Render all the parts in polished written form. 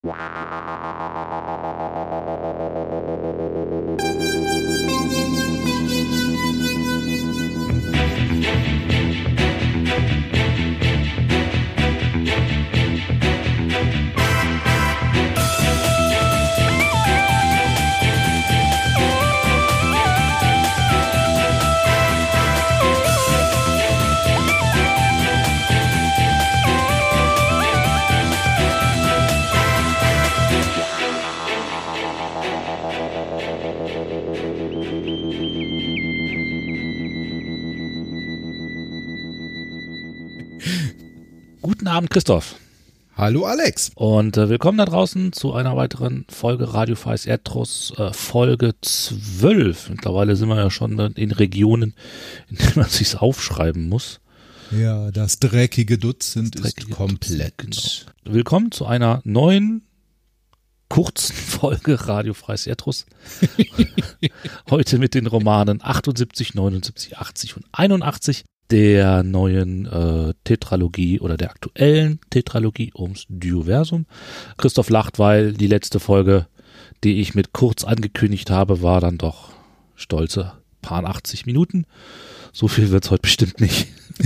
Guten Abend, Christoph. Hallo, Alex. Und willkommen da draußen zu einer weiteren Folge Radio Freies Erdtross, Folge 12. Mittlerweile sind wir ja schon in Regionen, in denen man sich's aufschreiben muss. Ja, das dreckige Dutzend ist komplett. Genau. Willkommen zu einer neuen, kurzen Folge Radio Freies Erdtross. Heute mit den Romanen 78, 79, 80 und 81. Der neuen Tetralogie oder der aktuellen Tetralogie ums Dioversum. Christoph lacht, weil die letzte Folge, die ich mit kurz angekündigt habe, war dann doch stolze paar 80 Minuten. So viel wird's heute bestimmt nicht.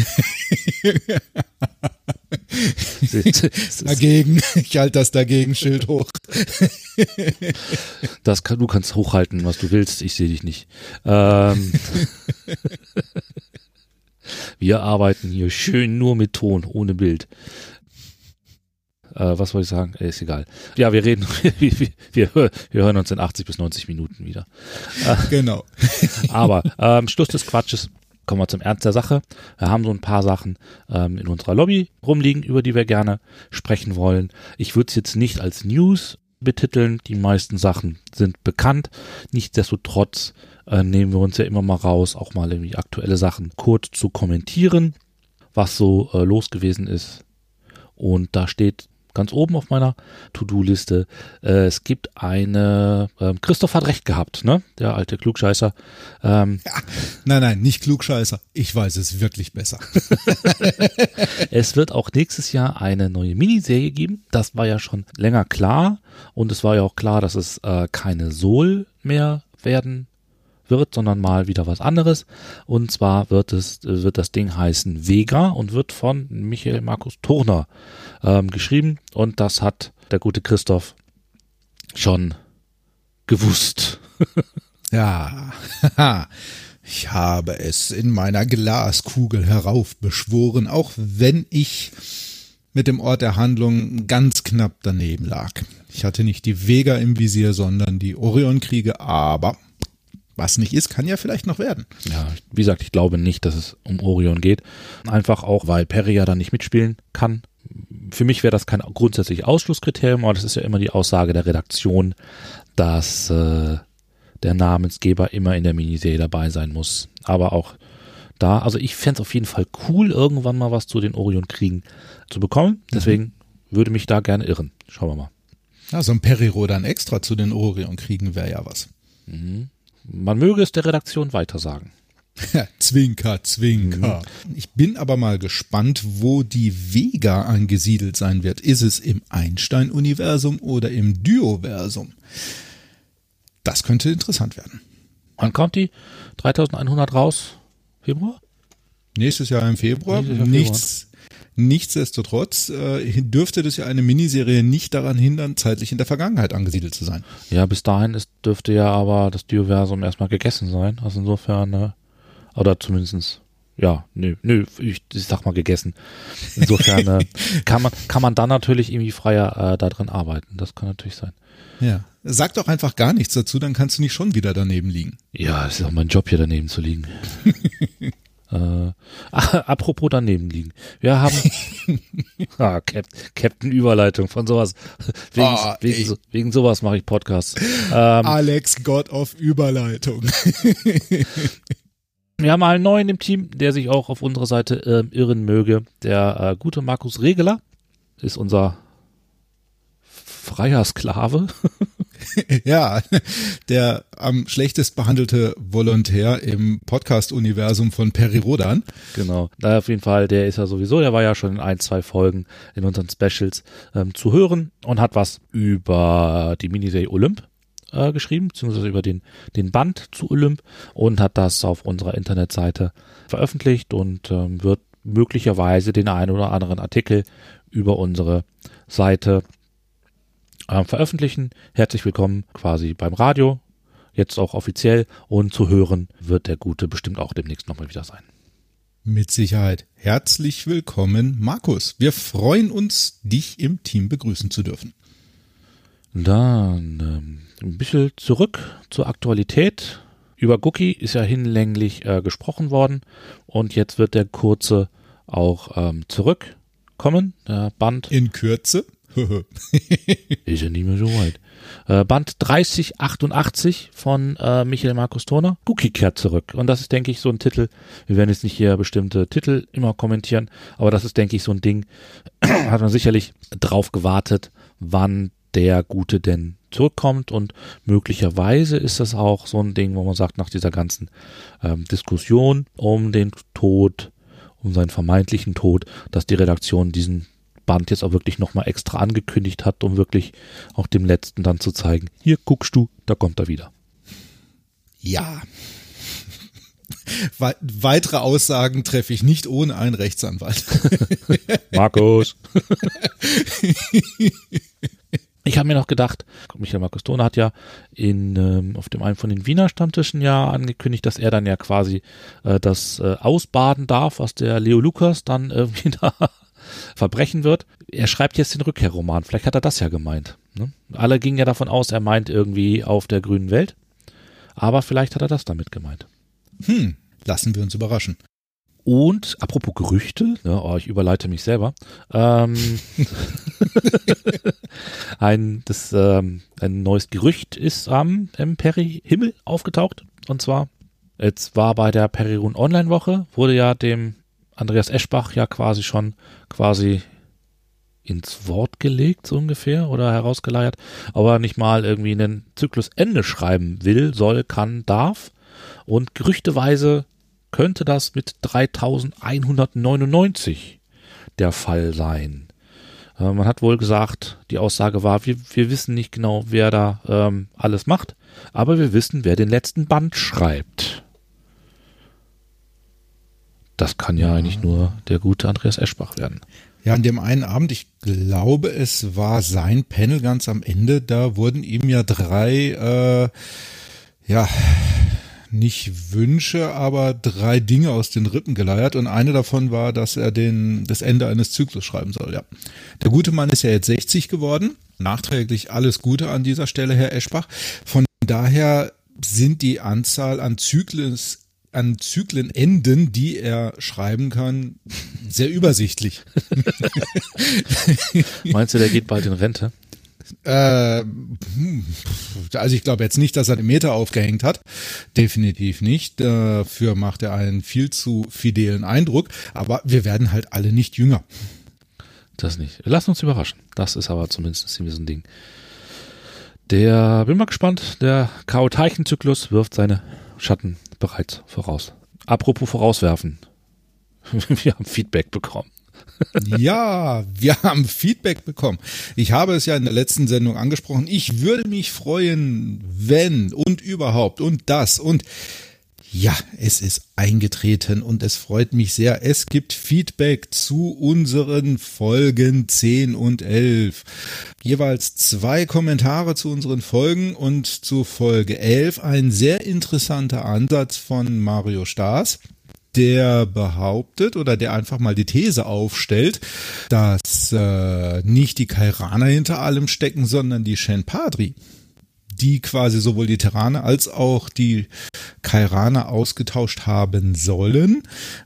Dagegen, ich halte das Dagegen-Schild hoch. Du kannst hochhalten, was du willst, ich sehe dich nicht. Wir arbeiten hier schön nur mit Ton, ohne Bild. Was wollte ich sagen? Ist egal. Ja, wir reden, wir hören uns in 80 bis 90 Minuten wieder. Genau. Aber Schluss des Quatsches. Kommen wir zum Ernst der Sache. Wir haben so ein paar Sachen in unserer Lobby rumliegen, über die wir gerne sprechen wollen. Ich würde es jetzt nicht als News betiteln. Die meisten Sachen sind bekannt. Nichtsdestotrotz nehmen wir uns ja immer mal raus, auch mal irgendwie aktuelle Sachen kurz zu kommentieren, was so los gewesen ist. Und da steht ganz oben auf meiner To-Do-Liste, es gibt eine, Christoph hat recht gehabt, ne? Der alte Klugscheißer. Ja, nein, nicht Klugscheißer. Ich weiß es wirklich besser. Es wird auch nächstes Jahr eine neue Miniserie geben. Das war ja schon länger klar. Und es war ja auch klar, dass es keine Soul mehr werden wird, sondern mal wieder was anderes. Und zwar wird das Ding heißen Vega und wird von Michael Markus Turner geschrieben. Und das hat der gute Christoph schon gewusst. Ja, ich habe es in meiner Glaskugel heraufbeschworen, auch wenn ich mit dem Ort der Handlung ganz knapp daneben lag. Ich hatte nicht die Vega im Visier, sondern die Orion-Kriege, aber was nicht ist, kann ja vielleicht noch werden. Ja, wie gesagt, ich glaube nicht, dass es um Orion geht. Einfach auch, weil Perry ja da nicht mitspielen kann. Für mich wäre das kein grundsätzliches Ausschlusskriterium, aber das ist ja immer die Aussage der Redaktion, dass der Namensgeber immer in der Miniserie dabei sein muss. Aber auch da, also ich fände es auf jeden Fall cool, irgendwann mal was zu den Orion-Kriegen zu bekommen. Deswegen würde mich da gerne irren. Schauen wir mal. Ja, so ein Peri-Rodan extra zu den Orion-Kriegen wäre ja was. Mhm. Man möge es der Redaktion weitersagen. Zwinker, Zwinker. Ich bin aber mal gespannt, wo die Vega angesiedelt sein wird. Ist es im Einstein-Universum oder im Dioversum? Das könnte interessant werden. Wann kommt die? 3100 raus? Februar? Nächstes Jahr im Februar. Nichtsdestotrotz dürfte das ja eine Miniserie nicht daran hindern, zeitlich in der Vergangenheit angesiedelt zu sein. Ja, bis dahin dürfte ja aber das Dioversum erstmal gegessen sein. Also insofern, oder zumindestens, ja, ich sag mal gegessen. Insofern kann man dann natürlich irgendwie freier da drin arbeiten. Das kann natürlich sein. Ja. Sag doch einfach gar nichts dazu, dann kannst du nicht schon wieder daneben liegen. Ja, es ist auch mein Job, hier daneben zu liegen. Apropos daneben liegen. Wir haben Captain Überleitung von sowas. Wegen sowas mache ich Podcasts. Alex, God of Überleitung. Wir haben einen neuen im Team, der sich auch auf unsere Seite irren möge. Der gute Markus Regeler ist unser freier Sklave. Ja, der am schlechtest behandelte Volontär im Podcast-Universum von Peri Rodan. Genau. Auf jeden Fall, der ist ja sowieso, der war ja schon in 1-2 Folgen in unseren Specials zu hören und hat was über die Miniserie Olymp geschrieben, beziehungsweise über den Band zu Olymp und hat das auf unserer Internetseite veröffentlicht und wird möglicherweise den einen oder anderen Artikel über unsere Seite veröffentlichen. Herzlich willkommen quasi beim Radio, jetzt auch offiziell, und zu hören wird der Gute bestimmt auch demnächst nochmal wieder sein. Mit Sicherheit. Herzlich willkommen, Markus. Wir freuen uns, dich im Team begrüßen zu dürfen. Dann ein bisschen zurück zur Aktualität. Über Cookie ist ja hinlänglich gesprochen worden und jetzt wird der kurze auch zurückkommen. Der Band in Kürze. Ist ja nicht mehr so weit. Band 3088 von Michael Markus Turner. Cookie kehrt zurück. Und das ist, denke ich, so ein Titel. Wir werden jetzt nicht hier bestimmte Titel immer kommentieren, aber das ist, denke ich, so ein Ding. Hat man sicherlich drauf gewartet, wann der Gute denn zurückkommt, und möglicherweise ist das auch so ein Ding, wo man sagt, nach dieser ganzen Diskussion um den Tod, um seinen vermeintlichen Tod, dass die Redaktion diesen Band jetzt auch wirklich nochmal extra angekündigt hat, um wirklich auch dem Letzten dann zu zeigen, hier guckst du, da kommt er wieder. Ja. Weitere Aussagen treffe ich nicht ohne einen Rechtsanwalt. Markus. Ich habe mir noch gedacht, Michael Markus Turner hat ja auf dem einen von den Wiener Stammtischen ja angekündigt, dass er dann ja quasi das ausbaden darf, was der Leo Lukas dann irgendwie da verbrechen wird. Er schreibt jetzt den Rückkehrroman, vielleicht hat er das ja gemeint. Ne? Alle gingen ja davon aus, er meint irgendwie auf der grünen Welt, aber vielleicht hat er das damit gemeint. Lassen wir uns überraschen. Und apropos Gerüchte, ich überleite mich selber, ein neues Gerücht ist am Peri-Himmel aufgetaucht. Und zwar, jetzt war bei der Peri-Run Online-Woche, wurde ja dem Andreas Eschbach ja quasi ins Wort gelegt, so ungefähr, oder herausgeleiert, ob er nicht mal irgendwie einen Zyklusende schreiben will, soll, kann, darf. Und gerüchteweise könnte das mit 3199 der Fall sein. Man hat wohl gesagt, die Aussage war, wir wissen nicht genau, wer da alles macht, aber wir wissen, wer den letzten Band schreibt. Das kann ja eigentlich nur der gute Andreas Eschbach werden. Ja, an dem einen Abend, ich glaube, es war sein Panel ganz am Ende, da wurden ihm ja 3, nicht Wünsche, aber 3 Dinge aus den Rippen geleiert, und eine davon war, dass er das Ende eines Zyklus schreiben soll, ja. Der gute Mann ist ja jetzt 60 geworden, nachträglich alles Gute an dieser Stelle, Herr Eschbach. Von daher sind die Anzahl an Zyklenenden, die er schreiben kann, sehr übersichtlich. Meinst du, der geht bald in Rente? Also ich glaube jetzt nicht, dass er den Meter aufgehängt hat. Definitiv nicht. Dafür macht er einen viel zu fidelen Eindruck. Aber wir werden halt alle nicht jünger. Das nicht. Lass uns überraschen. Das ist aber zumindest so ein Ding. Bin mal gespannt. Der Chaoteichen-Zyklus wirft seine Schatten bereits voraus. Apropos vorauswerfen. Wir haben Feedback bekommen. Ja, wir haben Feedback bekommen. Ich habe es ja in der letzten Sendung angesprochen. Ich würde mich freuen, wenn und überhaupt und das und ja, es ist eingetreten und es freut mich sehr. Es gibt Feedback zu unseren Folgen 10 und 11. Jeweils 2 Kommentare zu unseren Folgen und zu Folge 11. Ein sehr interessanter Ansatz von Mario Staas, der behauptet oder der einfach mal die These aufstellt, dass nicht die Kairaner hinter allem stecken, sondern die Shenpadri, die quasi sowohl die Terraner als auch die Kairaner ausgetauscht haben sollen,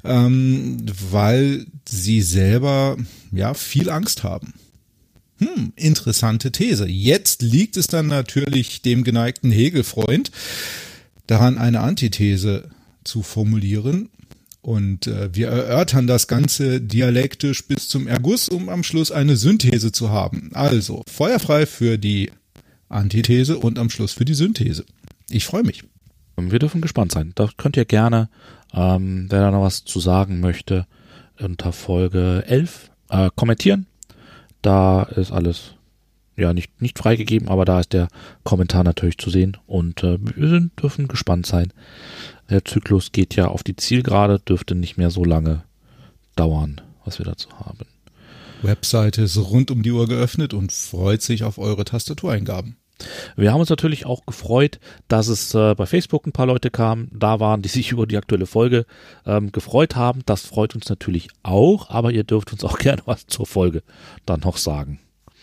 weil sie selber ja viel Angst haben. Interessante These. Jetzt liegt es dann natürlich dem geneigten Hegel-Freund daran, eine Antithese zu formulieren. Und wir erörtern das Ganze dialektisch bis zum Erguss, um am Schluss eine Synthese zu haben. Also, feuerfrei für die Antithese und am Schluss für die Synthese. Ich freue mich. Wir dürfen gespannt sein. Da könnt ihr gerne, wer da noch was zu sagen möchte, unter Folge 11 kommentieren. Da ist alles nicht freigegeben, aber da ist der Kommentar natürlich zu sehen und wir dürfen gespannt sein. Der Zyklus geht ja auf die Zielgerade, dürfte nicht mehr so lange dauern, was wir dazu haben. Webseite ist rund um die Uhr geöffnet und freut sich auf eure Tastatureingaben. Wir haben uns natürlich auch gefreut, dass es bei Facebook ein paar Leute da waren, die sich über die aktuelle Folge gefreut haben. Das freut uns natürlich auch, aber ihr dürft uns auch gerne was zur Folge dann noch sagen.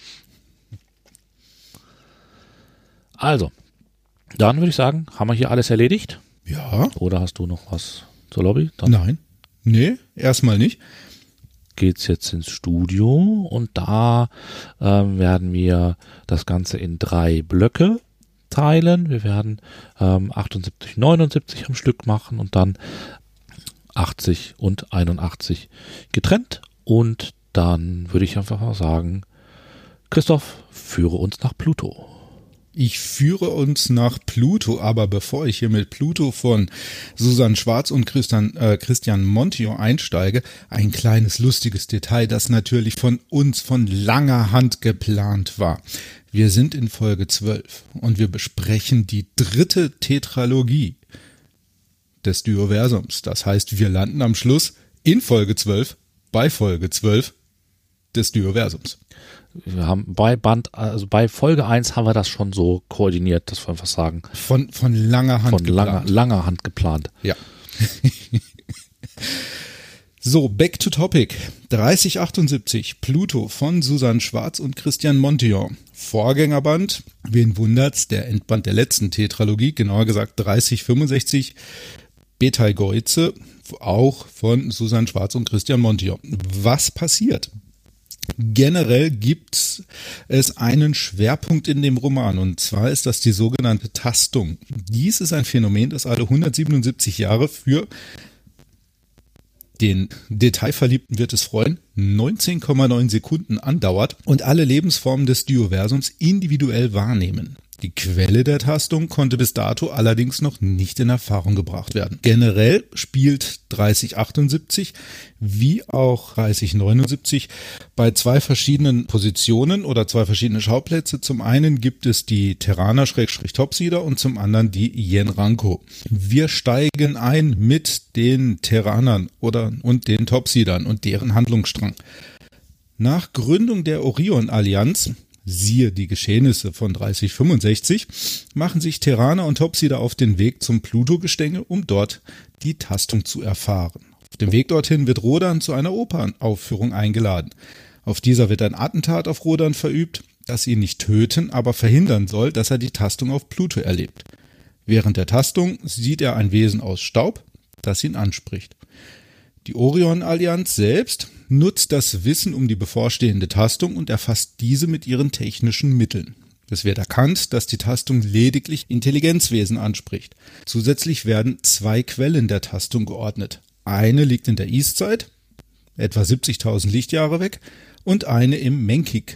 Also, dann würde ich sagen, haben wir hier alles erledigt? Ja. Oder hast du noch was zur Lobby? Dann Nein. Nee, erstmal nicht. Geht's jetzt ins Studio und da werden wir das Ganze in 3 Blöcke teilen. Wir werden 78, 79 am Stück machen und dann 80 und 81 getrennt. Und dann würde ich einfach mal sagen, Christoph, führe uns nach Pluto. Ich führe uns nach Pluto, aber bevor ich hier mit Pluto von Susanne Schwarz und Christian Montillon einsteige, ein kleines lustiges Detail, das natürlich von uns von langer Hand geplant war. Wir sind in Folge 12 und wir besprechen die 3. Tetralogie des Dioversums. Das heißt, wir landen am Schluss in Folge 12 bei Folge 12 des Dioversums. Wir haben bei Folge 1 haben wir das schon so koordiniert, dass wir einfach sagen. Von langer Hand geplant. Von langer Hand geplant. Ja. So, back to topic. 3078, Pluto von Susanne Schwarz und Christian Montillon. Vorgängerband, wen wundert's, der Endband der letzten Tetralogie, genauer gesagt 3065, Betelgeuse, auch von Susanne Schwarz und Christian Montillon. Was passiert? Generell gibt es einen Schwerpunkt in dem Roman und zwar ist das die sogenannte Tastung. Dies ist ein Phänomen, das alle 177 Jahre für den Detailverliebten wird es freuen, 19,9 Sekunden andauert und alle Lebensformen des Dioversums individuell wahrnehmen. Die Quelle der Tastung konnte bis dato allerdings noch nicht in Erfahrung gebracht werden. Generell spielt 3078 wie auch 3079 bei 2 verschiedenen Positionen oder 2 verschiedene Schauplätze. Zum einen gibt es die Terraner-Topsider und zum anderen die Yenranko. Wir steigen ein mit den Terranern und den Topsidern und deren Handlungsstrang. Nach Gründung der Orion-Allianz, siehe die Geschehnisse von 3065, machen sich Terraner und Topsider auf den Weg zum Pluto-Gestänge, um dort die Tastung zu erfahren. Auf dem Weg dorthin wird Rodan zu einer Opernaufführung eingeladen. Auf dieser wird ein Attentat auf Rodan verübt, das ihn nicht töten, aber verhindern soll, dass er die Tastung auf Pluto erlebt. Während der Tastung sieht er ein Wesen aus Staub, das ihn anspricht. Die Orion-Allianz selbst nutzt das Wissen um die bevorstehende Tastung und erfasst diese mit ihren technischen Mitteln. Es wird erkannt, dass die Tastung lediglich Intelligenzwesen anspricht. Zusätzlich werden 2 Quellen der Tastung geordnet. Eine liegt in der Eastzeit, etwa 70.000 Lichtjahre weg, und eine im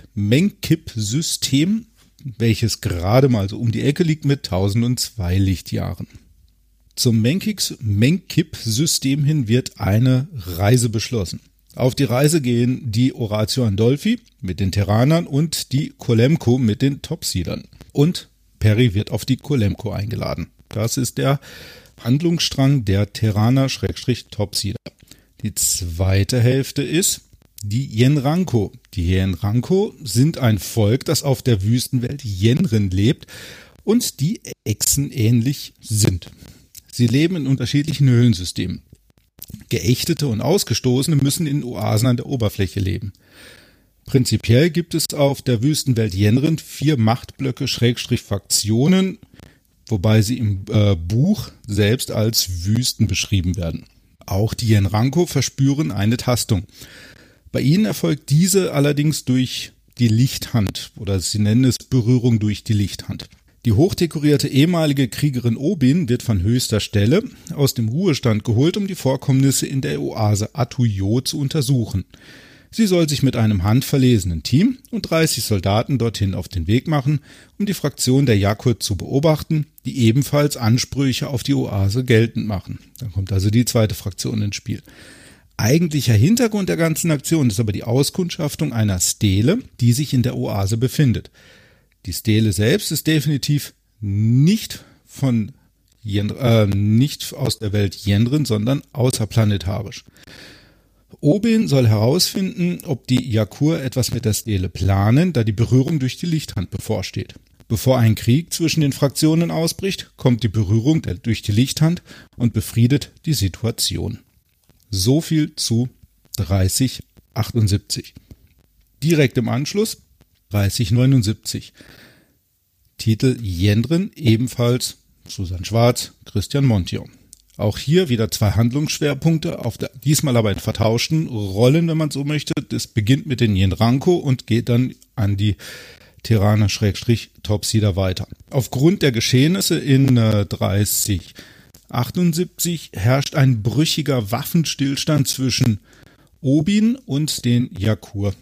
Menkip-System, welches gerade mal so um die Ecke liegt mit 1002 Lichtjahren. Zum Menkip-System hin wird eine Reise beschlossen. Auf die Reise gehen die Oratio Andolfi mit den Terranern und die Kolemko mit den Topsidern. Und Perry wird auf die Kolemko eingeladen. Das ist der Handlungsstrang der Terraner-Topsider. Die zweite Hälfte ist die Yenranko. Die Yenranko sind ein Volk, das auf der Wüstenwelt Yenren lebt und die Echsen ähnlich sind. Sie leben in unterschiedlichen Höhlensystemen. Geächtete und Ausgestoßene müssen in Oasen an der Oberfläche leben. Prinzipiell gibt es auf der Wüstenwelt Yenren 4 Machtblöcke Fraktionen, wobei sie im Buch selbst als Wüsten beschrieben werden. Auch die Yenranko verspüren eine Tastung. Bei ihnen erfolgt diese allerdings durch die Lichthand oder sie nennen es Berührung durch die Lichthand. Die hochdekorierte ehemalige Kriegerin Obin wird von höchster Stelle aus dem Ruhestand geholt, um die Vorkommnisse in der Oase Atuyo zu untersuchen. Sie soll sich mit einem handverlesenen Team und 30 Soldaten dorthin auf den Weg machen, um die Fraktion der Yakur zu beobachten, die ebenfalls Ansprüche auf die Oase geltend machen. Dann kommt also die zweite Fraktion ins Spiel. Eigentlicher Hintergrund der ganzen Aktion ist aber die Auskundschaftung einer Stele, die sich in der Oase befindet. Die Stele selbst ist definitiv nicht nicht aus der Welt Yendrin, sondern außerplanetarisch. Obin soll herausfinden, ob die Yakur etwas mit der Stele planen, da die Berührung durch die Lichthand bevorsteht. Bevor ein Krieg zwischen den Fraktionen ausbricht, kommt die Berührung durch die Lichthand und befriedet die Situation. So viel zu 3078. Direkt im Anschluss 3079. Titel Yendrin, ebenfalls Susan Schwarz, Christian Montillon. Auch hier wieder 2 Handlungsschwerpunkte, diesmal aber in vertauschten Rollen, wenn man so möchte. Das beginnt mit den Yenranko und geht dann an die Terraner-Topsider weiter. Aufgrund der Geschehnisse in 3078 herrscht ein brüchiger Waffenstillstand zwischen Obin und den Yakur.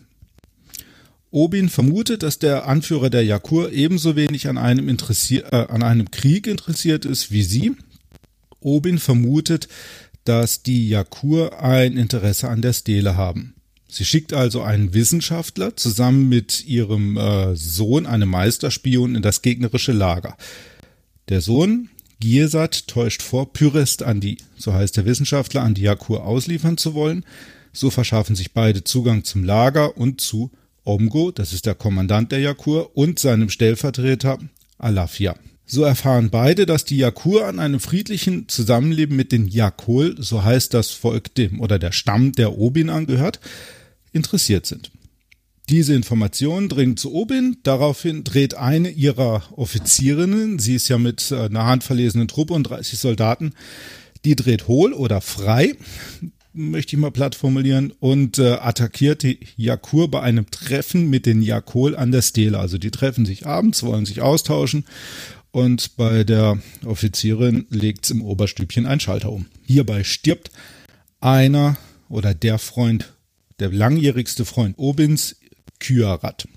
Obin vermutet, dass der Anführer der Yakur ebenso wenig an einem Krieg interessiert ist wie sie. Obin vermutet, dass die Yakur ein Interesse an der Stele haben. Sie schickt also einen Wissenschaftler zusammen mit ihrem Sohn, einem Meisterspion, in das gegnerische Lager. Der Sohn, Girsat, täuscht vor, Pyrest so heißt der Wissenschaftler, an die Yakur ausliefern zu wollen. So verschaffen sich beide Zugang zum Lager und zu Omgo, das ist der Kommandant der Yakur, und seinem Stellvertreter Alafia. So erfahren beide, dass die Yakur an einem friedlichen Zusammenleben mit den Yakol, so heißt das Volk der Stamm, der Obin angehört, interessiert sind. Diese Informationen dringen zu Obin, daraufhin dreht eine ihrer Offizierinnen, sie ist ja mit einer handverlesenen Truppe und 30 Soldaten, die dreht hohl oder frei, möchte ich mal platt formulieren, und attackiert die Yakur bei einem Treffen mit den Yakol an der Stele. Also die treffen sich abends, wollen sich austauschen und bei der Offizierin legt's im Oberstübchen ein Schalter um. Hierbei stirbt einer oder der langjährigste Freund Obins, Kyarat.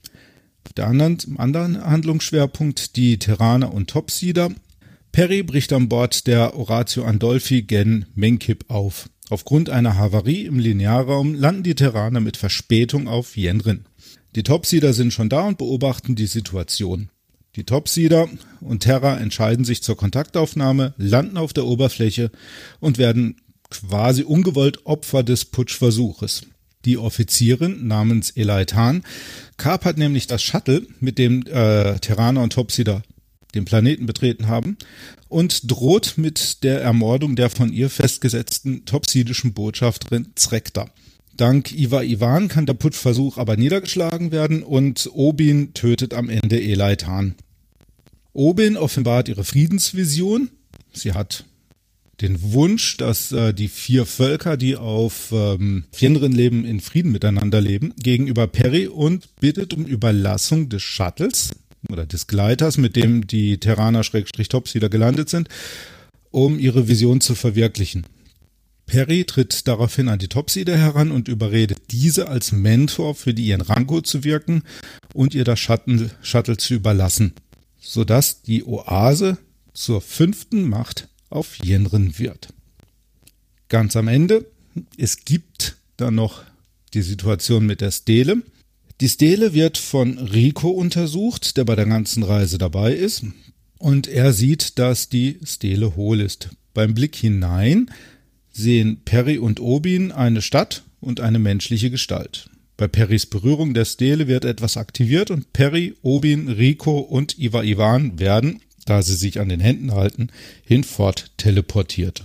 Im anderen Handlungsschwerpunkt die Terraner und Topsider. Perry bricht an Bord der Oratio Andolfi gen Menkip auf. Aufgrund einer Havarie im Linearraum landen die Terraner mit Verspätung auf Yendrin. Die Topsider sind schon da und beobachten die Situation. Die Topsider und Terra entscheiden sich zur Kontaktaufnahme, landen auf der Oberfläche und werden quasi ungewollt Opfer des Putschversuches. Die Offizierin namens Elaitan kapert nämlich das Shuttle, mit dem Terraner und Topsider den Planeten betreten haben, und droht mit der Ermordung der von ihr festgesetzten topsidischen Botschafterin Zrekta. Dank Ivan kann der Putschversuch aber niedergeschlagen werden und Obin tötet am Ende Elaitan. Obin offenbart ihre Friedensvision. Sie hat den Wunsch, dass die 4 Völker, die auf Yendrin leben, in Frieden miteinander leben, gegenüber Perry und bittet um Überlassung des Shuttles oder des Gleiters, mit dem die Terraner-Topsider gelandet sind, um ihre Vision zu verwirklichen. Perry tritt daraufhin an die Topsider heran und überredet diese als Mentor für die Yenranko zu wirken und ihr das Shuttle zu überlassen, sodass die Oase zur 5. Macht auf Yendrin wird. Ganz am Ende, es gibt dann noch die Situation mit der Stele. Die Stele wird von Rico untersucht, der bei der ganzen Reise dabei ist, und er sieht, dass die Stele hohl ist. Beim Blick hinein sehen Perry und Obin eine Stadt und eine menschliche Gestalt. Bei Perrys Berührung der Stele wird etwas aktiviert und Perry, Obin, Rico und Ivan werden, da sie sich an den Händen halten, hinfort teleportiert.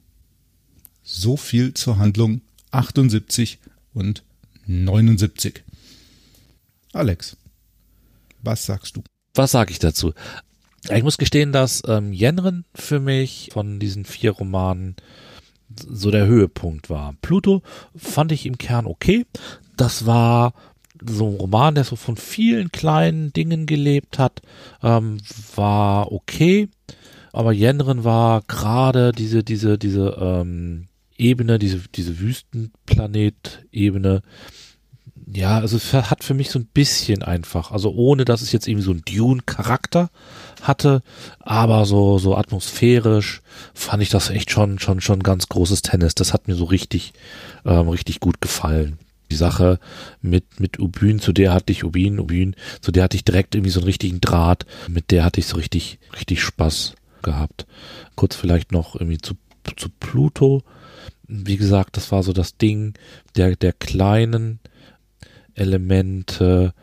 So viel zur Handlung 78 und 79. Alex, was sagst du? Was sage ich dazu? Ich muss gestehen, dass Yendrin für mich von diesen 4 Romanen so der Höhepunkt war. Pluto fand ich im Kern okay. Das war so ein Roman, der so von vielen kleinen Dingen gelebt hat, war okay. Aber Yendrin war gerade diese Ebene, diese Wüstenplanet-Ebene, ja, also es hat für mich so ein bisschen einfach, also ohne, dass es jetzt irgendwie so einen Dune-Charakter hatte, aber so atmosphärisch fand ich das echt schon ganz großes Tennis. Das hat mir so richtig gut gefallen. Die Sache mit Ubyn, zu der hatte ich direkt irgendwie so einen richtigen Draht, mit der hatte ich so richtig Spaß gehabt. Kurz vielleicht noch irgendwie zu Pluto. Wie gesagt, das war so das Ding der kleinen Elemente,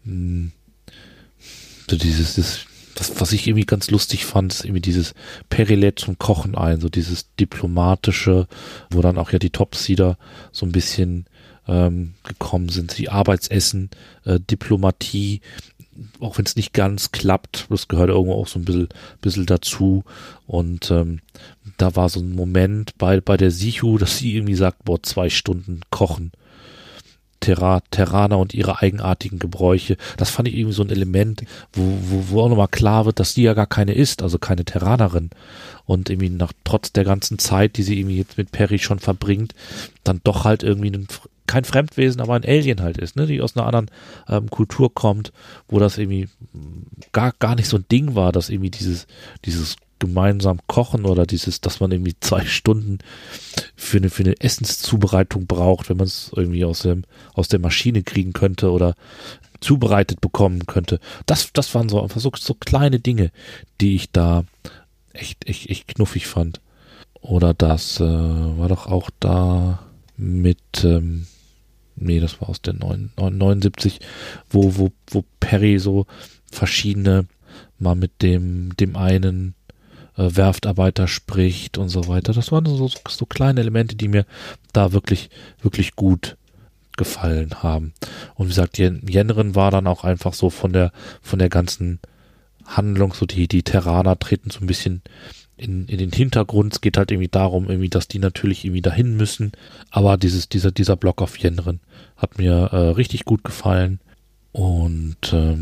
so das, was ich irgendwie ganz lustig fand, ist irgendwie dieses Peri lädt zum Kochen ein, so dieses diplomatische, wo dann auch ja die Topsieder so ein bisschen gekommen sind, die Arbeitsessen, Diplomatie, auch wenn es nicht ganz klappt, das gehört irgendwo auch so ein bisschen dazu. Und da war so ein Moment bei der Sichu, dass sie irgendwie sagt, 2 Stunden kochen. Terraner und ihre eigenartigen Gebräuche. Das fand ich irgendwie so ein Element, wo auch nochmal klar wird, dass die ja gar keine ist, also keine Terranerin. Und irgendwie trotz der ganzen Zeit, die sie irgendwie jetzt mit Peri schon verbringt, dann doch halt irgendwie kein Fremdwesen, aber ein Alien halt ist, ne, die aus einer anderen Kultur kommt, wo das irgendwie gar nicht so ein Ding war, dass irgendwie dieses gemeinsam kochen oder dass man irgendwie 2 Stunden für eine Essenszubereitung braucht, wenn man es irgendwie aus der Maschine kriegen könnte oder zubereitet bekommen könnte. Das waren so einfach so kleine Dinge, die ich da echt knuffig fand. Oder das war doch auch da mit das war aus der 79, wo Peri so verschiedene mal mit dem einen Werftarbeiter spricht und so weiter. Das waren so kleine Elemente, die mir da wirklich gut gefallen haben. Und wie gesagt, Yennerin war dann auch einfach so von der ganzen Handlung, so die Terraner treten so ein bisschen in den Hintergrund. Es geht halt irgendwie darum, irgendwie, dass die natürlich irgendwie dahin müssen. Aber dieser Block auf Yennerin hat mir richtig gut gefallen. Und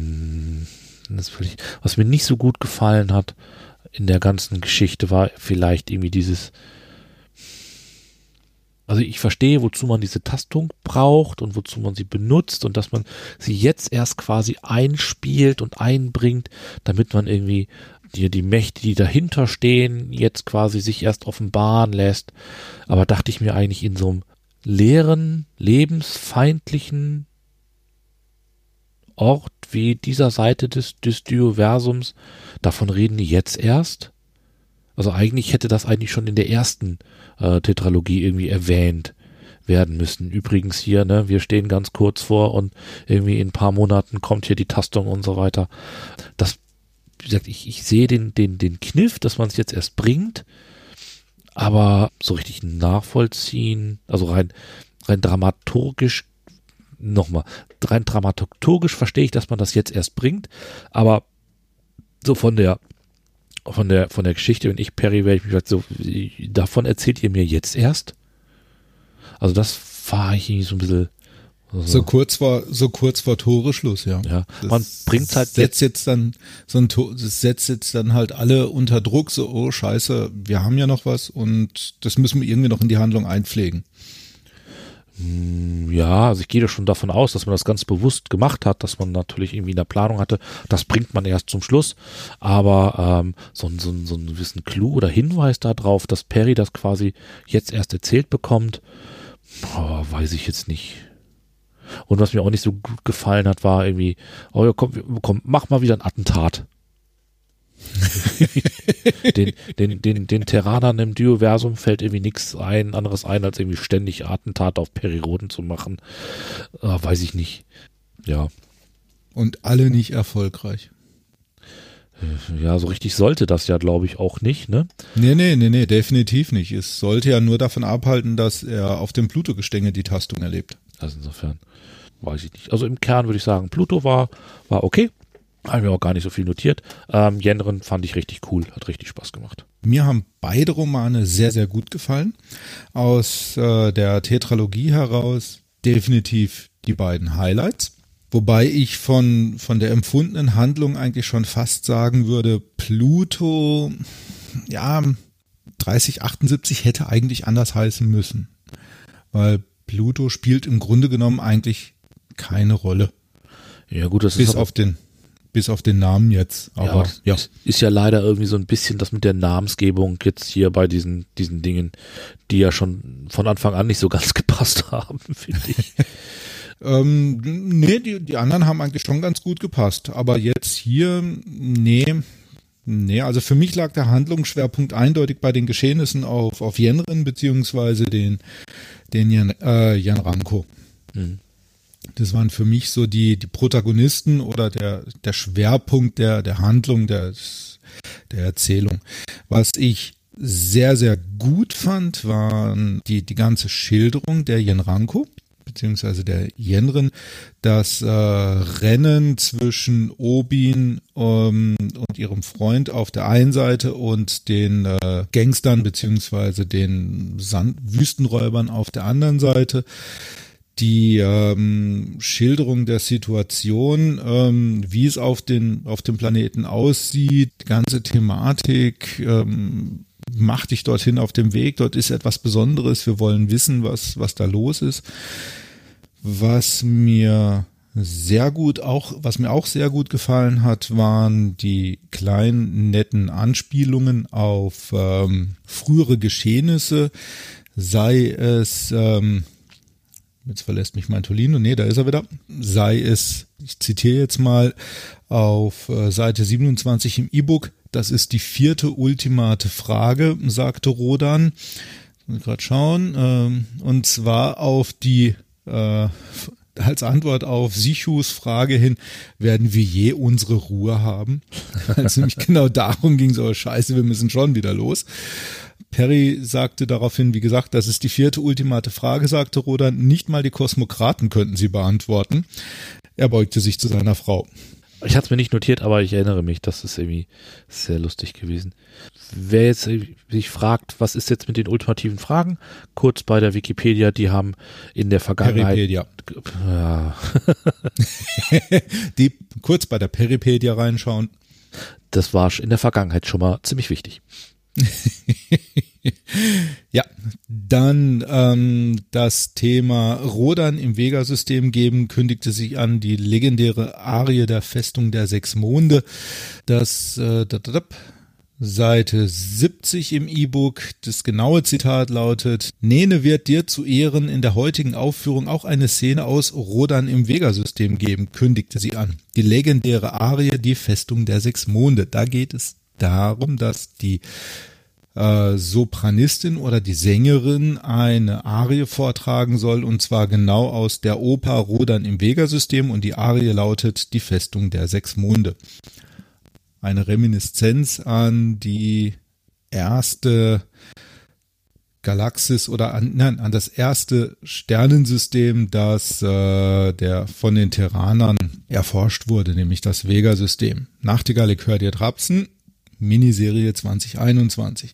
was mir nicht so gut gefallen hat in der ganzen Geschichte, war vielleicht irgendwie also ich verstehe, wozu man diese Tastung braucht und wozu man sie benutzt und dass man sie jetzt erst quasi einspielt und einbringt, damit man irgendwie die Mächte, die dahinter stehen, jetzt quasi sich erst offenbaren lässt. Aber dachte ich mir eigentlich in so einem leeren, lebensfeindlichen Ort wie dieser Seite des Dioversums, davon reden die jetzt erst? Also eigentlich hätte das eigentlich schon in der ersten Tetralogie irgendwie erwähnt werden müssen. Übrigens hier, ne, wir stehen ganz kurz vor und irgendwie in ein paar Monaten kommt hier die Tastung und so weiter. Das, wie gesagt, ich sehe den Kniff, dass man es jetzt erst bringt, aber so richtig nachvollziehen, also rein dramaturgisch verstehe ich, dass man das jetzt erst bringt, aber so von der Geschichte, wenn ich Peri wäre, ich mich so, davon erzählt ihr mir jetzt erst? Also das war ich irgendwie so ein bisschen so kurz vor Toreschluss, ja. Ja, man bringt halt setzt jetzt dann halt alle unter Druck, so, oh Scheiße, wir haben ja noch was und das müssen wir irgendwie noch in die Handlung einpflegen. Ja, also ich gehe da schon davon aus, dass man das ganz bewusst gemacht hat, dass man natürlich irgendwie in der Planung hatte, das bringt man erst zum Schluss, aber so einen gewissen Clou oder Hinweis darauf, dass Peri das quasi jetzt erst erzählt bekommt, weiß ich jetzt nicht. Und was mir auch nicht so gut gefallen hat, war irgendwie, oh ja, komm, mach mal wieder ein Attentat. den Terranern im Dioversum fällt irgendwie nichts anderes ein, als irgendwie ständig Attentate auf Peri-Roden zu machen. Weiß ich nicht. Ja. Und alle nicht erfolgreich. Ja, so richtig sollte das ja, glaube ich, auch nicht, ne? Nee, definitiv nicht. Es sollte ja nur davon abhalten, dass er auf dem Pluto-Gestänge die Tastung erlebt. Also insofern weiß ich nicht. Also im Kern würde ich sagen, Pluto war okay. Habe mir auch gar nicht so viel notiert. Yennerin fand ich richtig cool, hat richtig Spaß gemacht. Mir haben beide Romane sehr, sehr gut gefallen. Aus der Tetralogie heraus definitiv die beiden Highlights. Wobei ich von der empfundenen Handlung eigentlich schon fast sagen würde, Pluto, ja, 3078 hätte eigentlich anders heißen müssen, weil Pluto spielt im Grunde genommen eigentlich keine Rolle. Ja gut, das bis ist auf den Namen jetzt. Aber ja. Ist ja leider irgendwie so ein bisschen das mit der Namensgebung jetzt hier bei diesen Dingen, die ja schon von Anfang an nicht so ganz gepasst haben, finde ich. Nee, die anderen haben eigentlich schon ganz gut gepasst. Aber jetzt hier, nee, also für mich lag der Handlungsschwerpunkt eindeutig bei den Geschehnissen auf Yenren beziehungsweise den Yanranko. Mhm. Das waren für mich so die Protagonisten oder der Schwerpunkt der Handlung, der Erzählung. Was ich sehr, sehr gut fand, waren die ganze Schilderung der Yanranko beziehungsweise der Yenren, das Rennen zwischen Obin und ihrem Freund auf der einen Seite und den Gangstern beziehungsweise den Wüstenräubern auf der anderen Seite. Die Schilderung der Situation, wie es auf dem Planeten aussieht, die ganze Thematik, mach dich dorthin auf dem Weg, dort ist etwas Besonderes, wir wollen wissen, was da los ist. Was mir auch sehr gut gefallen hat, waren die kleinen netten Anspielungen auf frühere Geschehnisse, sei es jetzt verlässt mich mein Tolino. Nee, da ist er wieder. Sei es, ich zitiere jetzt mal auf Seite 27 im E-Book, das ist die 4. ultimate Frage, sagte Rodan. Gerade schauen. Und zwar auf die, als Antwort auf Sichus Frage hin, werden wir je unsere Ruhe haben? Als nämlich genau darum ging, so scheiße, wir müssen schon wieder los. Perry sagte daraufhin, wie gesagt, das ist die 4. ultimate Frage, sagte Rodan, nicht mal die Kosmokraten könnten sie beantworten. Er beugte sich zu seiner Frau. Ich hatte es mir nicht notiert, aber ich erinnere mich, das ist irgendwie sehr lustig gewesen. Wer jetzt sich fragt, was ist jetzt mit den ultimativen Fragen? Kurz bei der Wikipedia, die haben in der Vergangenheit... Peripedia. Ja. Die kurz bei der Peripedia reinschauen. Das war in der Vergangenheit schon mal ziemlich wichtig. Ja, dann das Thema Rodan im Vega-System geben, kündigte sich an, die legendäre Arie der Festung der 6 Monde, das Seite 70 im E-Book, das genaue Zitat lautet: Nene wird dir zu Ehren in der heutigen Aufführung auch eine Szene aus Rodan im Vega-System geben, kündigte sie an. Die legendäre Arie, die Festung der 6 Monde, da geht es darum, dass die Sopranistin oder die Sängerin eine Arie vortragen soll, und zwar genau aus der Oper Rodan im Vega-System, und die Arie lautet die Festung der 6 Monde. Eine Reminiszenz an die erste Galaxis oder an das erste Sternensystem, das von den Terranern erforscht wurde, nämlich das Vega-System. Nachtigall, ich hör dir trapsen. Miniserie 2021.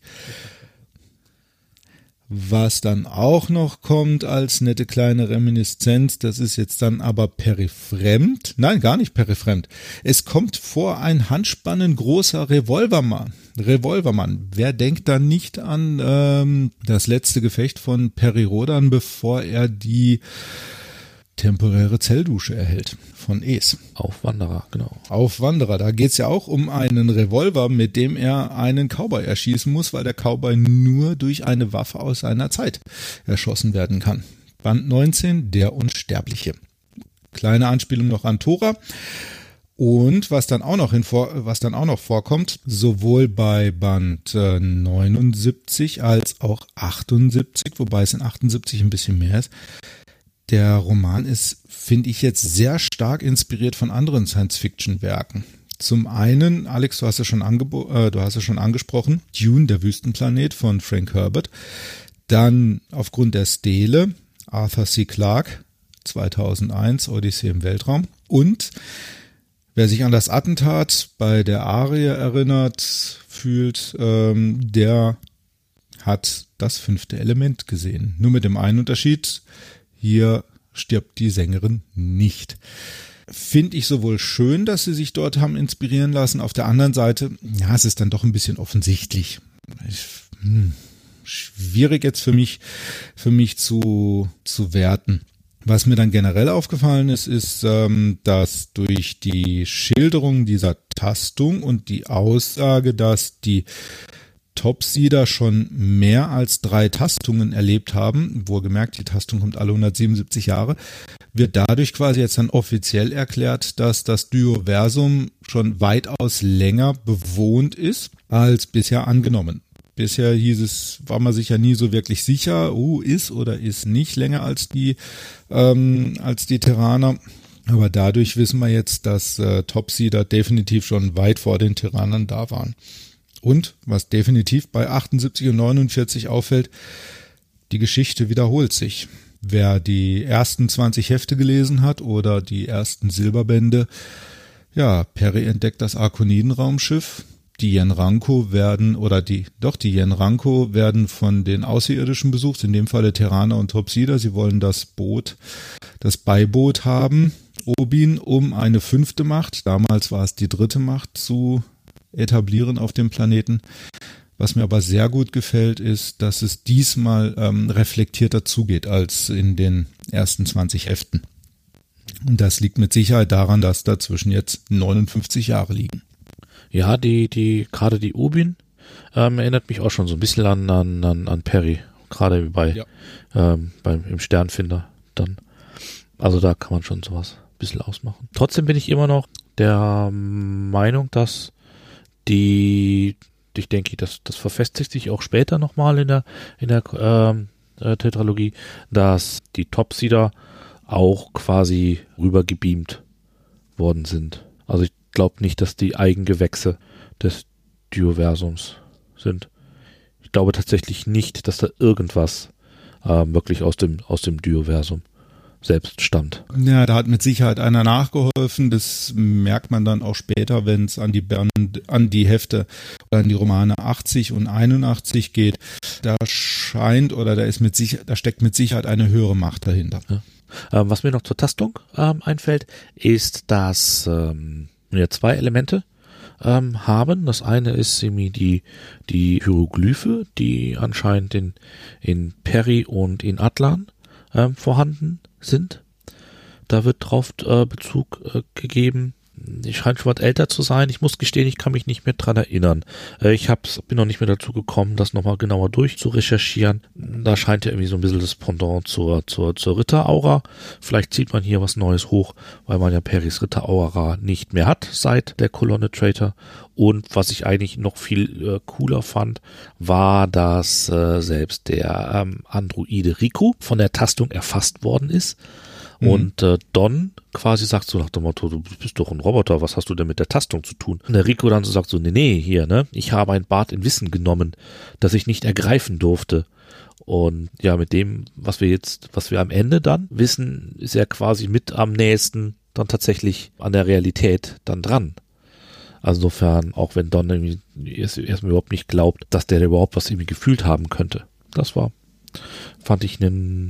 Was dann auch noch kommt als nette kleine Reminiszenz, das ist jetzt dann aber perifremd. Nein, gar nicht perifremd. Es kommt vor ein handspannengroßer Revolvermann. Wer denkt da nicht an das letzte Gefecht von Peri Rodan, bevor er die temporäre Zelldusche erhält von Es. Auf Wanderer, genau. Auf Wanderer, da geht's ja auch um einen Revolver, mit dem er einen Cowboy erschießen muss, weil der Cowboy nur durch eine Waffe aus seiner Zeit erschossen werden kann. Band 19, der Unsterbliche. Kleine Anspielung noch an Tora. Und was dann auch noch vorkommt, sowohl bei Band 79 als auch 78, wobei es in 78 ein bisschen mehr ist. Der Roman ist, finde ich, jetzt sehr stark inspiriert von anderen Science-Fiction-Werken. Zum einen, Alex, du hast es schon angesprochen, Dune, der Wüstenplanet von Frank Herbert. Dann aufgrund der Stele, Arthur C. Clarke, 2001, Odyssee im Weltraum. Und wer sich an das Attentat bei der Arie erinnert fühlt, der hat das 5. Element gesehen. Nur mit dem einen Unterschied: Hier stirbt die Sängerin nicht. Finde ich sowohl schön, dass sie sich dort haben inspirieren lassen. Auf der anderen Seite, ja, es ist dann doch ein bisschen offensichtlich. Schwierig jetzt für mich zu werten. Was mir dann generell aufgefallen ist, dass durch die Schilderung dieser Tastung und die Aussage, dass die Topseeder schon mehr als 3 Tastungen erlebt haben, wohlgemerkt, die Tastung kommt alle 177 Jahre, wird dadurch quasi jetzt dann offiziell erklärt, dass das Dyoversum schon weitaus länger bewohnt ist als bisher angenommen. Bisher war man sich ja nie so wirklich sicher, ist oder ist nicht länger als die Terraner. Aber dadurch wissen wir jetzt, dass Topseeder definitiv schon weit vor den Terranern da waren. Und was definitiv bei 78 und 49 auffällt, die Geschichte wiederholt sich. Wer die ersten 20 Hefte gelesen hat oder die ersten Silberbände, ja, Perry entdeckt das Arkoniden-Raumschiff. Die Yenranko werden von den Außerirdischen besucht, in dem Falle Terraner und Topseeder. Sie wollen das Beiboot haben, Obin, um eine 5. Macht, damals war es die 3. Macht, zu etablieren auf dem Planeten. Was mir aber sehr gut gefällt, ist, dass es diesmal reflektierter zugeht als in den ersten 20 Heften. Und das liegt mit Sicherheit daran, dass dazwischen jetzt 59 Jahre liegen. Ja, gerade die Obin erinnert mich auch schon so ein bisschen an Perry, gerade wie im Sternfinder dann. Also da kann man schon sowas ein bisschen ausmachen. Trotzdem bin ich immer noch der Meinung, dass ich denke, das verfestigt sich auch später nochmal in der Tetralogie, dass die Topseeder auch quasi rübergebeamt worden sind. Also ich glaube nicht, dass die Eigengewächse des Dyoversums sind. Ich glaube tatsächlich nicht, dass da irgendwas wirklich aus dem Dyoversum selbst stammt. Ja, da hat mit Sicherheit einer nachgeholfen. Das merkt man dann auch später, wenn es an die Hefte oder an die Romane 80 und 81 geht. Da steckt mit Sicherheit eine höhere Macht dahinter. Ja. Was mir noch zur Tastung einfällt, ist, dass wir 2 Elemente haben. Das eine ist die Hieroglyphe, die anscheinend in Peri und in Atlan vorhanden sind. Da wird drauf Bezug gegeben. Ich scheine schon was älter zu sein. Ich muss gestehen, ich kann mich nicht mehr dran erinnern. Bin noch nicht mehr dazu gekommen, das nochmal genauer durchzurecherchieren. Da scheint ja irgendwie so ein bisschen das Pendant zur Ritteraura. Vielleicht zieht man hier was Neues hoch, weil man ja Peris Ritteraura nicht mehr hat seit der Kolonne Traitor. Und was ich eigentlich noch viel cooler fand, war, dass selbst der Androide Rico von der Tastung erfasst worden ist. Und Don quasi sagt so nach dem Motto, du bist doch ein Roboter, was hast du denn mit der Tastung zu tun? Und der Rico dann so sagt so, nee, hier, ne, ich habe ein Bad in Wissen genommen, das ich nicht ergreifen durfte. Und ja, mit dem, was wir am Ende dann wissen, ist er quasi mit am nächsten dann tatsächlich an der Realität dann dran. Also insofern, auch wenn Don irgendwie erstmal überhaupt nicht glaubt, dass der überhaupt was irgendwie gefühlt haben könnte. Fand ich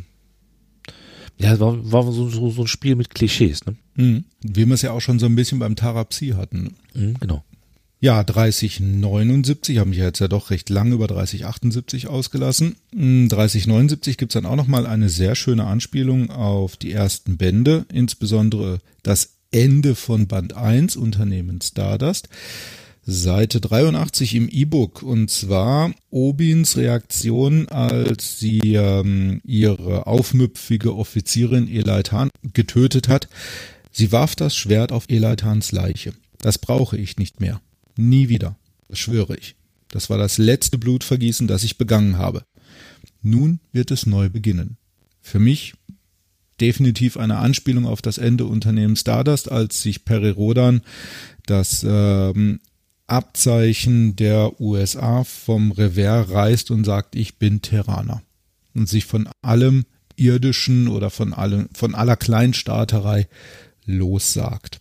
war so ein Spiel mit Klischees, ne? Mhm. Wie wir es ja auch schon so ein bisschen beim Tarapsi hatten. Genau. Ja, 3079, habe mich jetzt ja doch recht lange über 3078 ausgelassen. 3079 gibt's dann auch nochmal eine sehr schöne Anspielung auf die ersten Bände, insbesondere das Ende von Band 1, Unternehmen Stardust. Seite 83 im E-Book, und zwar Obins Reaktion, als sie ihre aufmüpfige Offizierin Elaitan getötet hat. Sie warf das Schwert auf Elaitans Leiche. Das brauche ich nicht mehr. Nie wieder. Das schwöre ich. Das war das letzte Blutvergießen, das ich begangen habe. Nun wird es neu beginnen. Für mich definitiv eine Anspielung auf das Ende Unternehmen Stardust, als sich Peri Rodan das Abzeichen der USA vom Revers reißt und sagt, ich bin Terraner, und sich von allem Irdischen oder von aller Kleinstaaterei lossagt.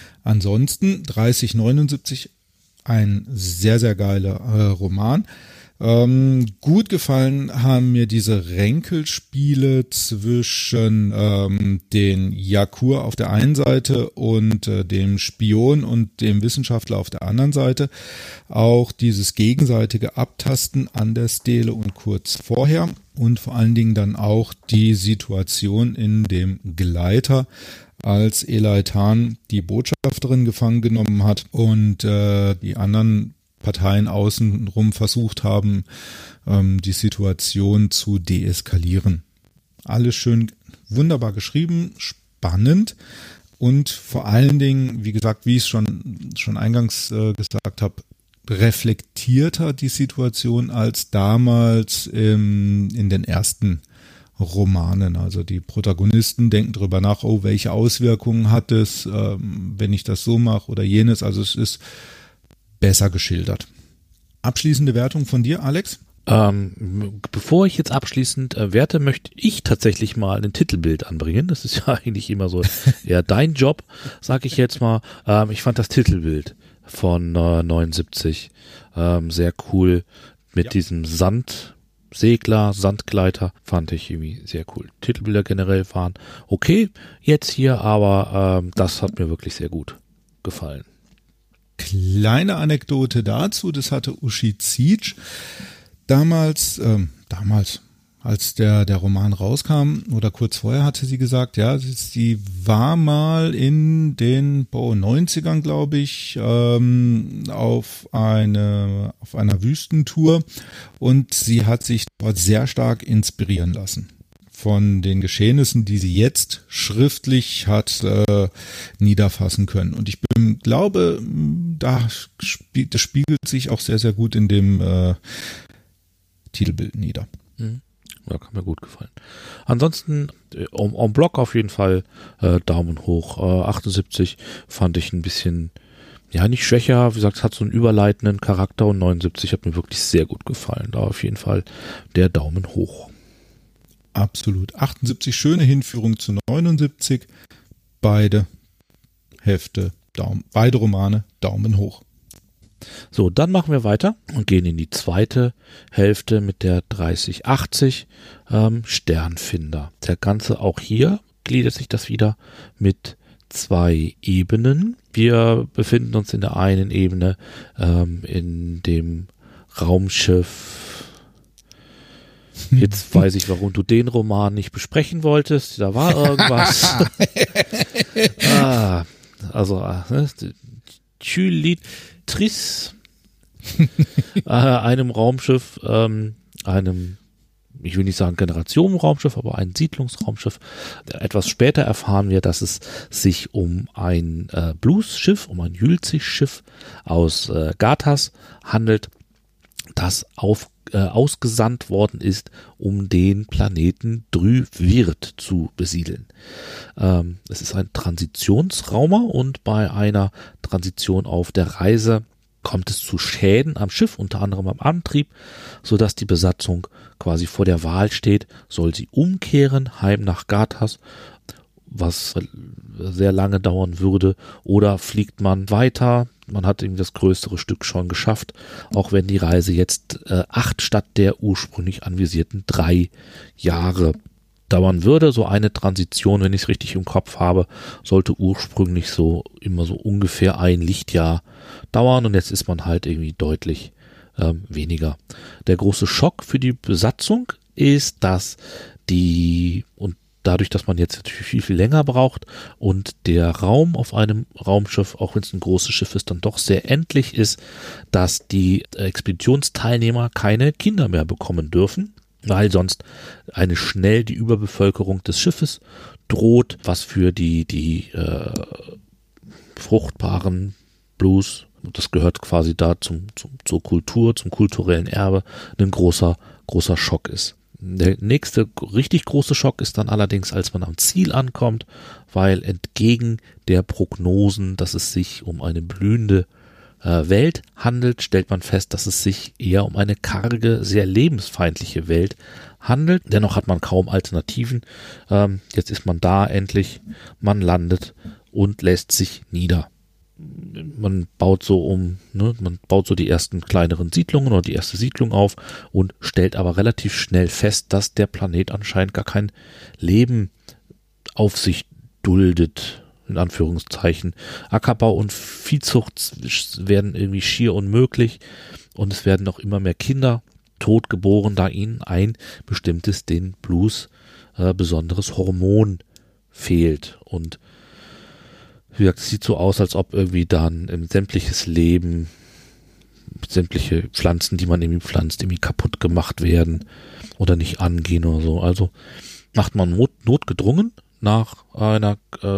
Ansonsten 3079, ein sehr, sehr geiler Roman. Gut gefallen haben mir diese Ränkelspiele zwischen den Yakur auf der einen Seite und dem Spion und dem Wissenschaftler auf der anderen Seite. Auch dieses gegenseitige Abtasten an der Stele und kurz vorher und vor allen Dingen dann auch die Situation in dem Gleiter, als Elaitan die Botschafterin gefangen genommen hat und die anderen Parteien außenrum versucht haben, die Situation zu deeskalieren. Alles schön wunderbar geschrieben, spannend und vor allen Dingen, wie gesagt, wie ich es schon eingangs gesagt habe, reflektierter die Situation als damals in den ersten Romanen. Also die Protagonisten denken darüber nach, oh, welche Auswirkungen hat es, wenn ich das so mache oder jenes. Also es ist besser geschildert. Abschließende Wertung von dir, Alex? Bevor ich jetzt abschließend werte, möchte ich tatsächlich mal ein Titelbild anbringen. Das ist ja eigentlich immer so eher dein Job, sag ich jetzt mal. Ich fand das Titelbild von 79 sehr cool mit diesem Sandsegler, Sandgleiter, fand ich irgendwie sehr cool. Titelbilder generell waren okay jetzt hier, aber das hat mir wirklich sehr gut gefallen. Kleine Anekdote dazu, das hatte Uschi Zietsch damals, als der Roman rauskam oder kurz vorher hatte sie gesagt, ja, sie war mal in den 90ern, glaube ich, auf einer Wüstentour und sie hat sich dort sehr stark inspirieren lassen von den Geschehnissen, die sie jetzt schriftlich hat niederfassen können. Und ich glaube, das spiegelt sich auch sehr, sehr gut in dem Titelbild nieder. Ja, kann mir gut gefallen. Ansonsten en bloc auf jeden Fall Daumen hoch. 78 fand ich ein bisschen, ja, nicht schwächer. Wie gesagt, es hat so einen überleitenden Charakter und 79 hat mir wirklich sehr gut gefallen. Da auf jeden Fall der Daumen hoch. Absolut. 78 schöne Hinführung zu 79. Beide Hefte, beide Romane, Daumen hoch. So, dann machen wir weiter und gehen in die zweite Hälfte mit der 3080 Sternfinder. Der Ganze auch hier gliedert sich das wieder mit 2 Ebenen. Wir befinden uns in der einen Ebene in dem Raumschiff. Jetzt weiß ich, warum du den Roman nicht besprechen wolltest. Da war irgendwas. Chylitris, einem Raumschiff, einem, ich will nicht sagen Generationenraumschiff, aber ein Siedlungsraumschiff. Etwas später erfahren wir, dass es sich um ein Blues-Schiff, um ein Ylzig-Schiff aus Gathas handelt, das ausgesandt worden ist, um den Planeten Drüvirt zu besiedeln. Es ist ein Transitionsraumer und bei einer Transition auf der Reise kommt es zu Schäden am Schiff, unter anderem am Antrieb, sodass die Besatzung quasi vor der Wahl steht, soll sie umkehren, heim nach Gathas, was sehr lange dauern würde, oder fliegt man weiter. Man hat eben das größere Stück schon geschafft, auch wenn die Reise jetzt 8 statt der ursprünglich anvisierten 3 Jahre dauern würde. So eine Transition, wenn ich es richtig im Kopf habe, sollte ursprünglich so immer so ungefähr ein Lichtjahr dauern und jetzt ist man halt irgendwie deutlich weniger. Der große Schock für die Besatzung ist, dass dadurch, dass man jetzt natürlich viel, viel länger braucht und der Raum auf einem Raumschiff, auch wenn es ein großes Schiff ist, dann doch sehr endlich ist, dass die Expeditionsteilnehmer keine Kinder mehr bekommen dürfen, weil sonst die Überbevölkerung des Schiffes droht, was für die fruchtbaren Blues, das gehört quasi da zur Kultur, zum kulturellen Erbe, ein großer Schock ist. Der nächste richtig große Schock ist dann allerdings, als man am Ziel ankommt, weil entgegen der Prognosen, dass es sich um eine blühende Welt handelt, stellt man fest, dass es sich eher um eine karge, sehr lebensfeindliche Welt handelt. Dennoch hat man kaum Alternativen. Jetzt ist man da endlich, man landet und lässt sich nieder. man baut so man baut so die ersten kleineren Siedlungen oder die erste Siedlung auf und stellt aber relativ schnell fest, dass der Planet anscheinend gar kein Leben auf sich duldet, in Anführungszeichen. Ackerbau und Viehzucht werden irgendwie schier unmöglich und es werden auch immer mehr Kinder tot geboren, da ihnen ein bestimmtes, den Blues besonderes Hormon fehlt. Und wie gesagt, es sieht so aus, als ob irgendwie dann sämtliches Leben, sämtliche Pflanzen, die man irgendwie pflanzt, irgendwie kaputt gemacht werden oder nicht angehen oder so. Also macht man notgedrungen nach einer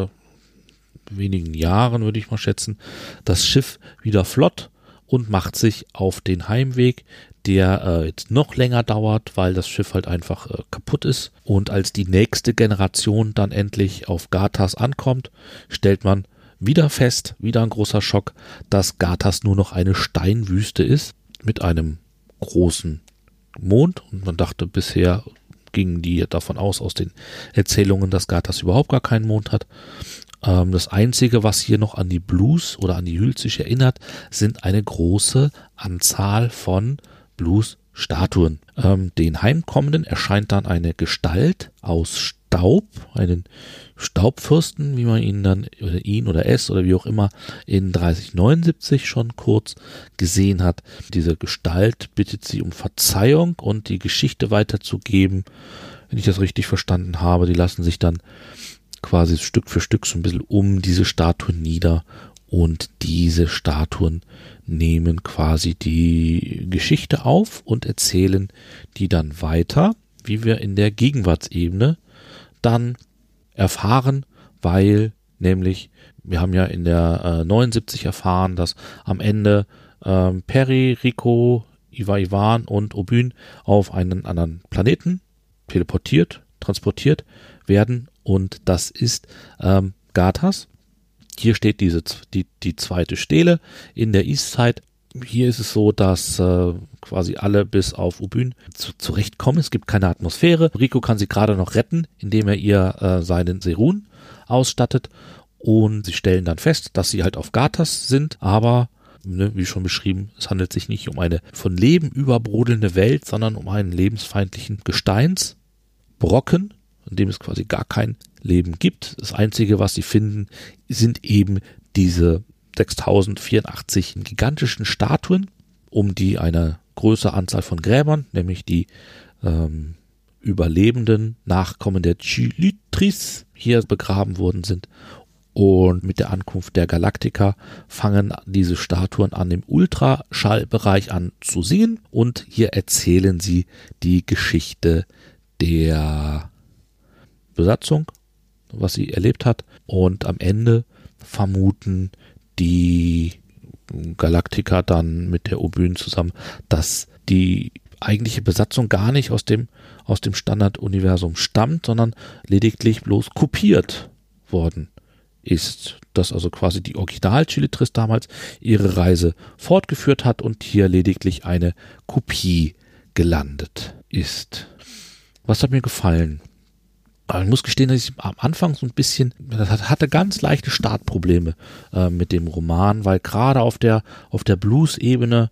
wenigen Jahren, würde ich mal schätzen, das Schiff wieder flott und macht sich auf den Heimweg, der jetzt noch länger dauert, weil das Schiff halt einfach kaputt ist. Und als die nächste Generation dann endlich auf Garthas ankommt, stellt man wieder fest, wieder ein großer Schock, dass Garthas nur noch eine Steinwüste ist mit einem großen Mond. Und man dachte bisher, gingen die davon aus den Erzählungen, dass Garthas überhaupt gar keinen Mond hat. Das Einzige, was hier noch an die Blues oder an die Hyls sich erinnert, sind eine große Anzahl von Blues-Statuen. Den Heimkommenden erscheint dann eine Gestalt aus Staub, einen Staubfürsten, wie man ihn oder es oder wie auch immer in 3079 schon kurz gesehen hat. Diese Gestalt bittet sie um Verzeihung und die Geschichte weiterzugeben. Wenn ich das richtig verstanden habe, die lassen sich dann quasi Stück für Stück so ein bisschen um diese Statuen nieder und diese Statuen nehmen quasi die Geschichte auf und erzählen die dann weiter, wie wir in der Gegenwartsebene dann erfahren, weil nämlich, wir haben ja in der 79 erfahren, dass am Ende Peri, Rico, Ivan und Obyn auf einen anderen Planeten transportiert werden und das ist Garthas. Hier steht die zweite Stele in der Eastside. Hier ist es so, dass quasi alle bis auf Obyn zurechtkommen. Es gibt keine Atmosphäre. Rico kann sie gerade noch retten, indem er ihr seinen Serun ausstattet. Und sie stellen dann fest, dass sie halt auf Garthas sind. Aber, wie schon beschrieben, es handelt sich nicht um eine von Leben überbrodelnde Welt, sondern um einen lebensfeindlichen Gesteinsbrocken, in dem es quasi gar kein Leben gibt. Das Einzige, was sie finden, sind eben diese 6084 gigantischen Statuen, um die eine größere Anzahl von Gräbern, nämlich die überlebenden Nachkommen der Chilitris hier begraben worden sind. Und mit der Ankunft der Galaktiker fangen diese Statuen an, im Ultraschallbereich an zu singen und hier erzählen sie die Geschichte der Besatzung, was sie erlebt hat, und am Ende vermuten die Galaktiker dann mit der Obyn zusammen, dass die eigentliche Besatzung gar nicht aus dem Standarduniversum stammt, sondern lediglich bloß kopiert worden ist. Dass also quasi die Original-Chilitris damals ihre Reise fortgeführt hat und hier lediglich eine Kopie gelandet ist. Was hat mir gefallen? Aber ich muss gestehen, dass ich am Anfang so ein bisschen, hatte ganz leichte Startprobleme mit dem Roman, weil gerade auf der Blues-Ebene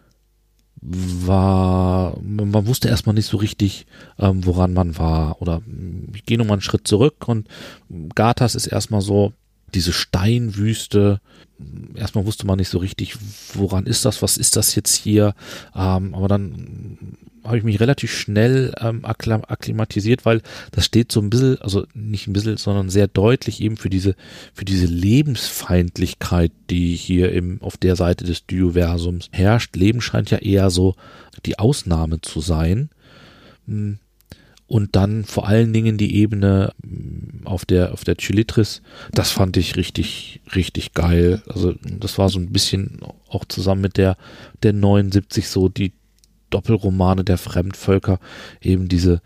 man wusste erstmal nicht so richtig, woran man war. Oder ich gehe nochmal einen Schritt zurück und Garthas ist erstmal so diese Steinwüste. Erstmal wusste man nicht so richtig, woran ist das, was ist das jetzt hier, aber dann habe ich mich relativ schnell akklimatisiert, weil das steht so ein bisschen, also nicht ein bisschen, sondern sehr deutlich eben für diese Lebensfeindlichkeit, die hier auf der Seite des Dioversums herrscht. Leben scheint ja eher so die Ausnahme zu sein. Und dann vor allen Dingen die Ebene auf der Chilitris, das fand ich richtig, richtig geil. Also das war so ein bisschen auch zusammen mit der 79 so die Doppelromane der Fremdvölker, eben diese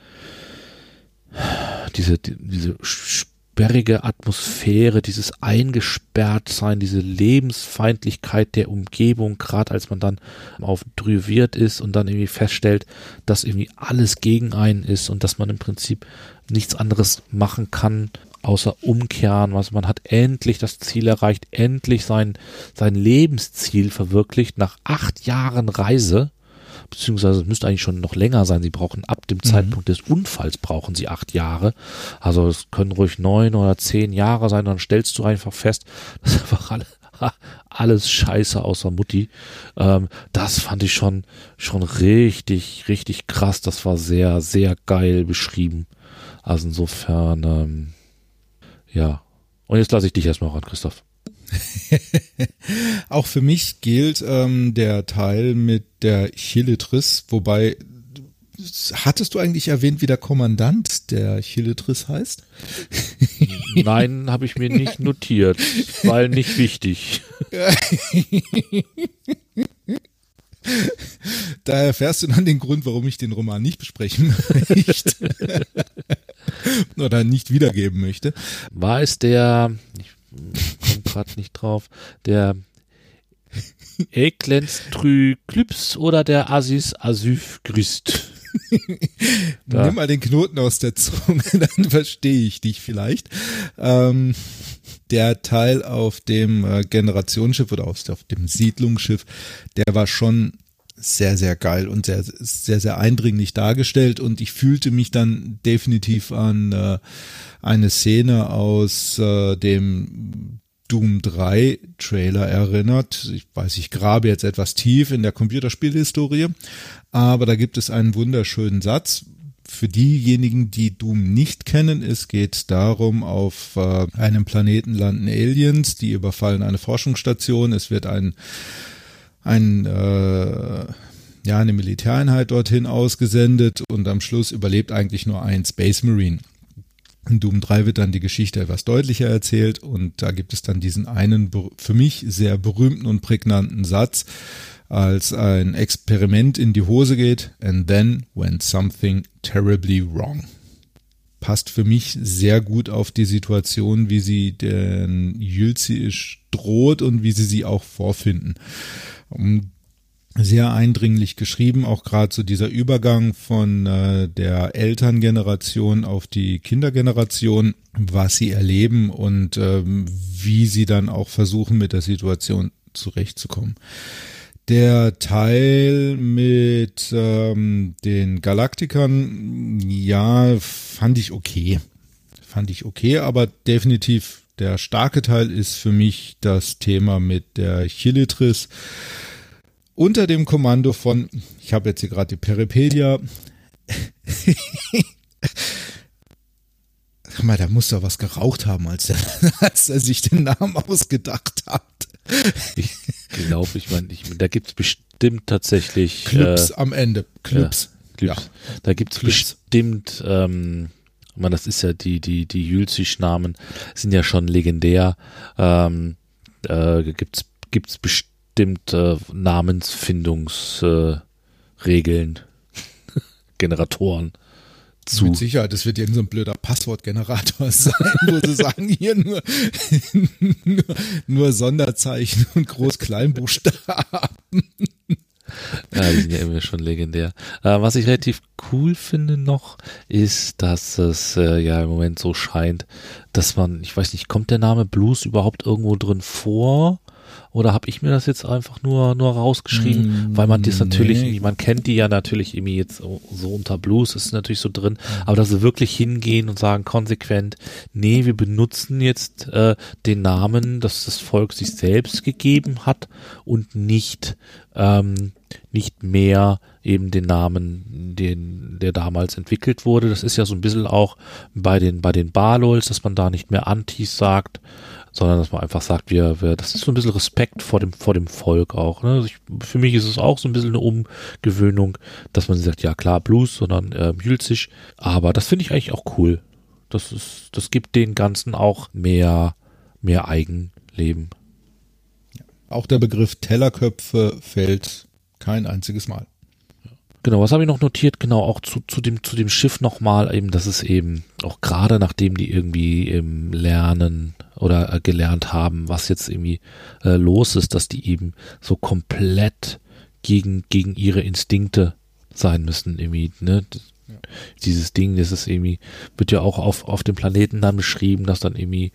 sperrige Atmosphäre, dieses Eingesperrtsein, diese Lebensfeindlichkeit der Umgebung, gerade als man dann auf Dryvirt ist und dann irgendwie feststellt, dass irgendwie alles gegen einen ist und dass man im Prinzip nichts anderes machen kann, außer umkehren, was man hat endlich das Ziel erreicht, endlich sein Lebensziel verwirklicht nach 8 Jahren Reise, beziehungsweise es müsste eigentlich schon noch länger sein. Sie brauchen ab dem Zeitpunkt des Unfalls brauchen sie 8 Jahre. Also es können ruhig 9 oder 10 Jahre sein, dann stellst du einfach fest, dass einfach alles Scheiße außer Mutti. Das fand ich schon richtig, richtig krass. Das war sehr, sehr geil beschrieben. Also insofern, ja. Und jetzt lasse ich dich erstmal ran, Christoph. Auch für mich gilt der Teil mit der Chilitris, wobei, hattest du eigentlich erwähnt, wie der Kommandant der Chilitris heißt? Nein, habe ich mir nicht notiert, weil nicht wichtig. Da erfährst du dann den Grund, warum ich den Roman nicht besprechen möchte. Oder nicht wiedergeben möchte. War es der, ich komme gerade nicht drauf, der Eklenstryklyps oder der Asis Asyf Christ? Nimm mal den Knoten aus der Zunge, dann verstehe ich dich vielleicht. Der Teil auf dem Generationsschiff oder auf dem Siedlungsschiff, der war schon sehr, sehr geil und sehr, sehr, sehr eindringlich dargestellt und ich fühlte mich dann definitiv an eine Szene aus dem Doom 3 Trailer erinnert. Ich weiß, ich grabe jetzt etwas tief in der Computerspielhistorie, aber da gibt es einen wunderschönen Satz. Für diejenigen, die Doom nicht kennen, es geht darum, auf einem Planeten landen Aliens, die überfallen eine Forschungsstation. Es wird eine Militäreinheit dorthin ausgesendet und am Schluss überlebt eigentlich nur ein Space Marine. In Doom 3 wird dann die Geschichte etwas deutlicher erzählt und da gibt es dann diesen einen für mich sehr berühmten und prägnanten Satz, als ein Experiment in die Hose geht, and then went something terribly wrong. Passt für mich sehr gut auf die Situation, wie sie den Ylcish droht und wie sie auch vorfinden. Sehr eindringlich geschrieben, auch gerade so dieser Übergang von der Elterngeneration auf die Kindergeneration, was sie erleben und wie sie dann auch versuchen, mit der Situation zurechtzukommen. Der Teil mit den Galaktikern, ja, fand ich okay, aber definitiv der starke Teil ist für mich das Thema mit der Chilitris unter dem Kommando von, ich habe jetzt hier gerade die Peripedia, sag mal, da muss doch was geraucht haben, als er sich den Namen ausgedacht hat. Ich glaube, da gibt's bestimmt tatsächlich Clubs am Ende. Clubs. Ja. Da gibt's bestimmt, das ist ja die Ylcish-Namen sind ja schon legendär. Gibt's bestimmt Namensfindungsregeln, Generatoren. Mit Sicherheit, das wird irgend so ein blöder Passwortgenerator sein, wo sie sagen, hier nur Sonderzeichen und Groß-Kleinbuchstaben. Ja, die sind ja immer schon legendär. Was ich relativ cool finde noch, ist, dass es ja im Moment so scheint, dass man, ich weiß nicht, kommt der Name Blues überhaupt irgendwo drin vor? Oder habe ich mir das jetzt einfach nur rausgeschrieben, weil man das natürlich, man kennt die ja natürlich irgendwie jetzt so unter Blues, ist natürlich so drin, aber dass sie wirklich hingehen und sagen konsequent, nee, wir benutzen jetzt den Namen, dass das Volk sich selbst gegeben hat und nicht mehr eben den Namen, der damals entwickelt wurde. Das ist ja so ein bisschen auch bei den Balols, dass man da nicht mehr Antis sagt, sondern dass man einfach sagt, das ist so ein bisschen Respekt vor dem Volk auch. Ne? Also für mich ist es auch so ein bisschen eine Umgewöhnung, dass man sagt, ja klar, Blues, sondern Ylcish. Aber das finde ich eigentlich auch cool. Das gibt den Ganzen auch mehr Eigenleben. Auch der Begriff Tellerköpfe fällt kein einziges Mal. Genau, was habe ich noch notiert? Genau, auch zu dem Schiff nochmal, eben, dass es eben auch gerade nachdem die irgendwie lernen oder gelernt haben, was jetzt irgendwie los ist, dass die eben so komplett gegen ihre Instinkte sein müssen, irgendwie, ne? Dieses Ding, das ist irgendwie, wird ja auch auf dem Planeten dann beschrieben, dass dann irgendwie,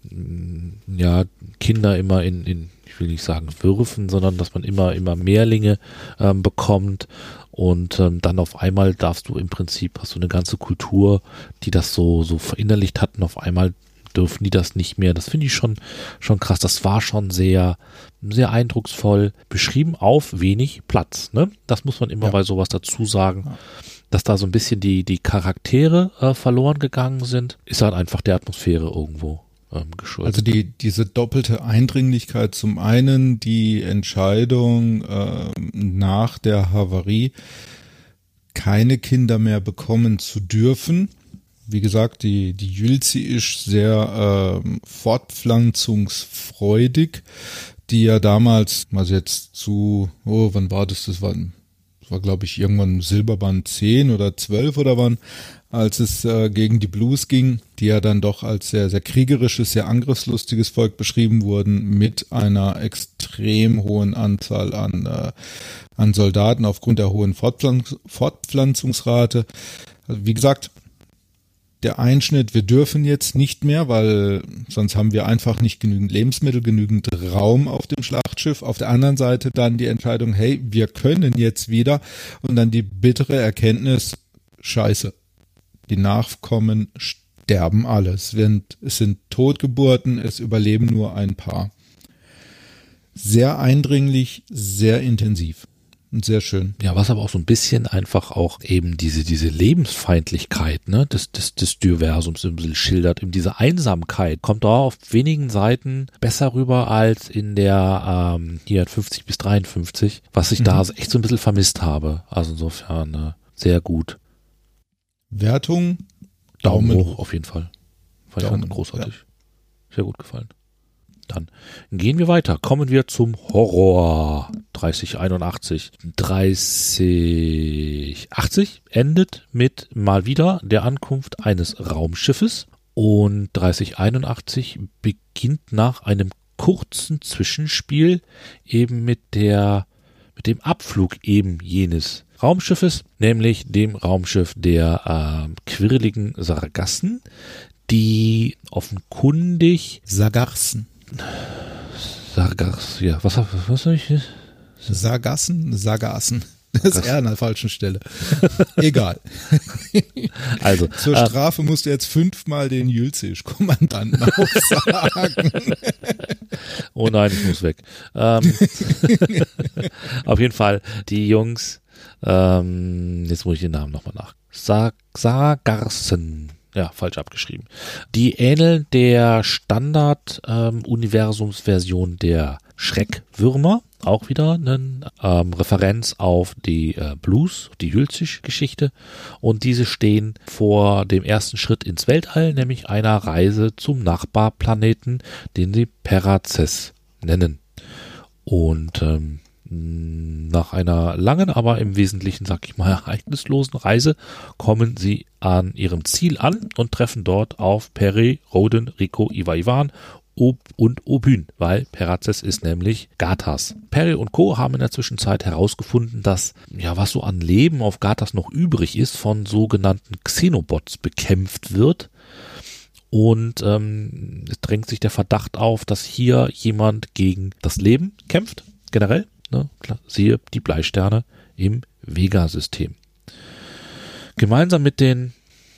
Kinder immer in ich will nicht sagen Würfen, sondern dass man immer Mehrlinge bekommt und dann auf einmal hast du eine ganze Kultur, die das so verinnerlicht hat und auf einmal dürfen die das nicht mehr. Das finde ich schon krass. Das war schon sehr, sehr eindrucksvoll beschrieben auf wenig Platz. Ne? Das muss man immer bei sowas dazu sagen, dass da so ein bisschen die Charaktere verloren gegangen sind. Ist halt einfach der Atmosphäre irgendwo geschuldet. Also diese doppelte Eindringlichkeit, zum einen die Entscheidung nach der Havarie, keine Kinder mehr bekommen zu dürfen. Wie gesagt, die Yülzi ist sehr fortpflanzungsfreudig, die ja damals, also jetzt wann war das? Das war glaube ich irgendwann Silberband 10 oder 12 oder wann, als es gegen die Blues ging, die ja dann doch als sehr, sehr kriegerisches, sehr angriffslustiges Volk beschrieben wurden, mit einer extrem hohen Anzahl an Soldaten aufgrund der hohen Fortpflanzungsrate. Also wie gesagt, der Einschnitt, wir dürfen jetzt nicht mehr, weil sonst haben wir einfach nicht genügend Lebensmittel, genügend Raum auf dem Schlachtschiff. Auf der anderen Seite dann die Entscheidung, hey, wir können jetzt wieder, und dann die bittere Erkenntnis, scheiße, die Nachkommen sterben alle. Es sind Totgeburten, es überleben nur ein paar. Sehr eindringlich, sehr intensiv. Und sehr schön. Ja, was aber auch so ein bisschen einfach auch eben diese Lebensfeindlichkeit, ne, des Diversums im Bild schildert, eben diese Einsamkeit, kommt da auf wenigen Seiten besser rüber als in der hier 50 bis 53, was ich da echt so ein bisschen vermisst habe. Also insofern sehr gut. Wertung? Daumen hoch auf jeden Fall. Fand ich großartig. Ja. Sehr gut gefallen. Dann gehen wir weiter. Kommen wir zum Horror. 3081. 3080 endet mit mal wieder der Ankunft eines Raumschiffes und 3081 beginnt nach einem kurzen Zwischenspiel eben mit dem Abflug eben jenes Raumschiffes, nämlich dem Raumschiff der quirligen Sargassen, die offenkundig Sargassen. Ja, was soll ich? Sargassen. Das ist eher an der falschen Stelle. Egal. Also zur Strafe musst du jetzt 5-mal den Yülzisch-Kommandanten aufsagen. Oh nein, ich muss weg. Auf jeden Fall, die Jungs, jetzt muss ich den Namen nochmal nach. Sargassen. Ja, falsch abgeschrieben. Die ähneln der Standard-Universumsversion der Schreckwürmer. Auch wieder eine Referenz auf die Blues, die Yülzisch-Geschichte. Und diese stehen vor dem ersten Schritt ins Weltall, nämlich einer Reise zum Nachbarplaneten, den sie Perazes nennen. Und nach einer langen, aber im Wesentlichen, sag ich mal, ereignislosen Reise kommen sie an ihrem Ziel an und treffen dort auf Peri, Roden, Rico, Ivan und Obyn, weil Perazes ist nämlich Gathas. Peri und Co. haben in der Zwischenzeit herausgefunden, dass was so an Leben auf Gathas noch übrig ist, von sogenannten Xenobots bekämpft wird. Und es drängt sich der Verdacht auf, dass hier jemand gegen das Leben kämpft, generell. Ne? Siehe die Bleisterne im Vega-System. Gemeinsam mit den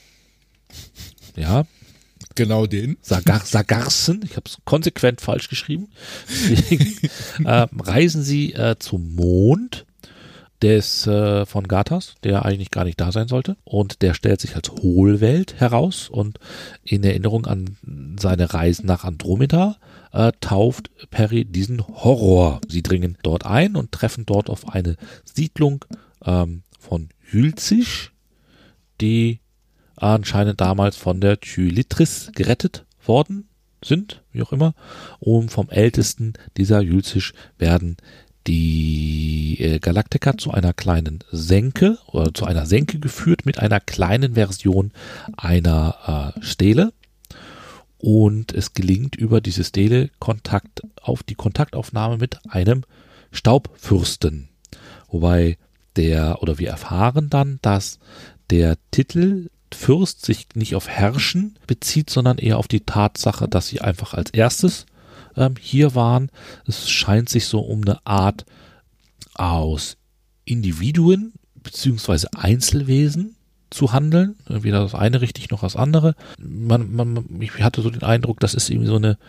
genau den Sargassen, ich habe es konsequent falsch geschrieben, deswegen reisen sie zum Mond von Gathas, der eigentlich gar nicht da sein sollte, und der stellt sich als Hohlwelt heraus, und in Erinnerung an seine Reisen nach Andromeda tauft Peri diesen Horror. Sie dringen dort ein und treffen dort auf eine Siedlung von Yülzisch, die anscheinend damals von der Tylitris gerettet worden sind, wie auch immer. Und vom Ältesten dieser Yülzisch werden die Galaktiker zu einer kleinen Senke oder zu einer Senke geführt mit einer kleinen Version einer Stele. Und es gelingt über diese Stele die Kontaktaufnahme mit einem Staubfürsten. Wobei wir erfahren dann, dass der Titel Fürst sich nicht auf Herrschen bezieht, sondern eher auf die Tatsache, dass sie einfach als erstes hier waren. Es scheint sich so um eine Art aus Individuen beziehungsweise Einzelwesen zu handeln. Weder das eine richtig noch das andere. Ich hatte so den Eindruck, das ist irgendwie so eine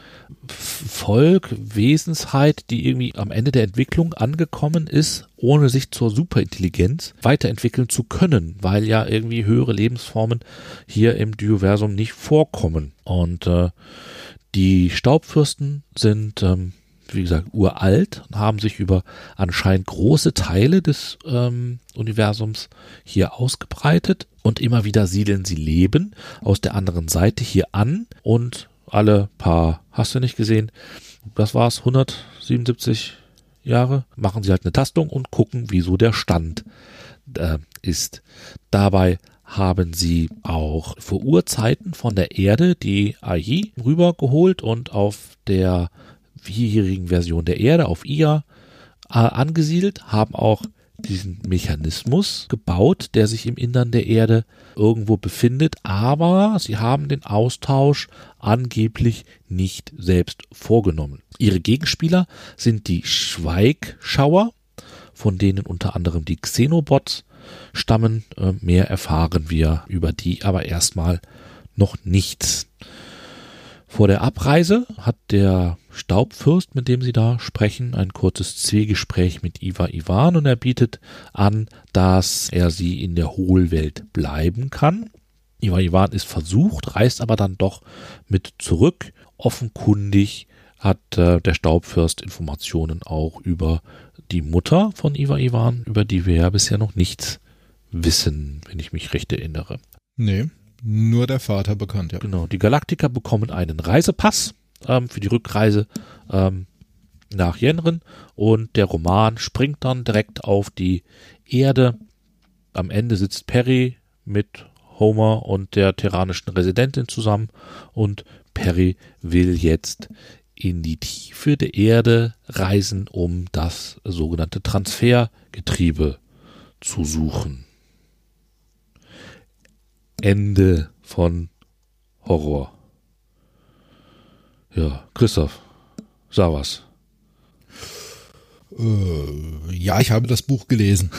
Wesensheit, die irgendwie am Ende der Entwicklung angekommen ist, ohne sich zur Superintelligenz weiterentwickeln zu können, weil ja irgendwie höhere Lebensformen hier im Dioversum nicht vorkommen. Und die Staubfürsten sind wie gesagt, uralt und haben sich über anscheinend große Teile des Universums hier ausgebreitet und immer wieder siedeln sie Leben aus der anderen Seite hier an und alle paar, hast du nicht gesehen, das war's, 177 Jahre, machen sie halt eine Tastung und gucken, wieso der Stand ist. Dabei haben sie auch vor Urzeiten von der Erde die AI rübergeholt und auf der vierjährigen Version der Erde auf Ia angesiedelt, haben auch diesen Mechanismus gebaut, der sich im Innern der Erde irgendwo befindet, aber sie haben den Austausch angeblich nicht selbst vorgenommen. Ihre Gegenspieler sind die Schweigschauer, von denen unter anderem die Xenobots stammen. Mehr erfahren wir über die aber erstmal noch nichts. Vor der Abreise hat der Staubfürst, mit dem sie da sprechen, ein kurzes Zwiegespräch mit Iva Ivan und er bietet an, dass er sie in der Hohlwelt bleiben kann. Iva Ivan ist versucht, reist aber dann doch mit zurück. Offenkundig hat der Staubfürst Informationen auch über die Mutter von Iva Ivan, über die wir ja bisher noch nichts wissen, wenn ich mich recht erinnere. Nee. Nur der Vater bekannt, ja. Genau, die Galaktiker bekommen einen Reisepass für die Rückreise nach Yenren und der Roman springt dann direkt auf die Erde. Am Ende sitzt Perry mit Homer und der terranischen Residentin zusammen und Perry will jetzt in die Tiefe der Erde reisen, um das sogenannte Transfergetriebe zu suchen. Ende von Horror. Ja, Christoph, sag was. Ja, ich habe das Buch gelesen.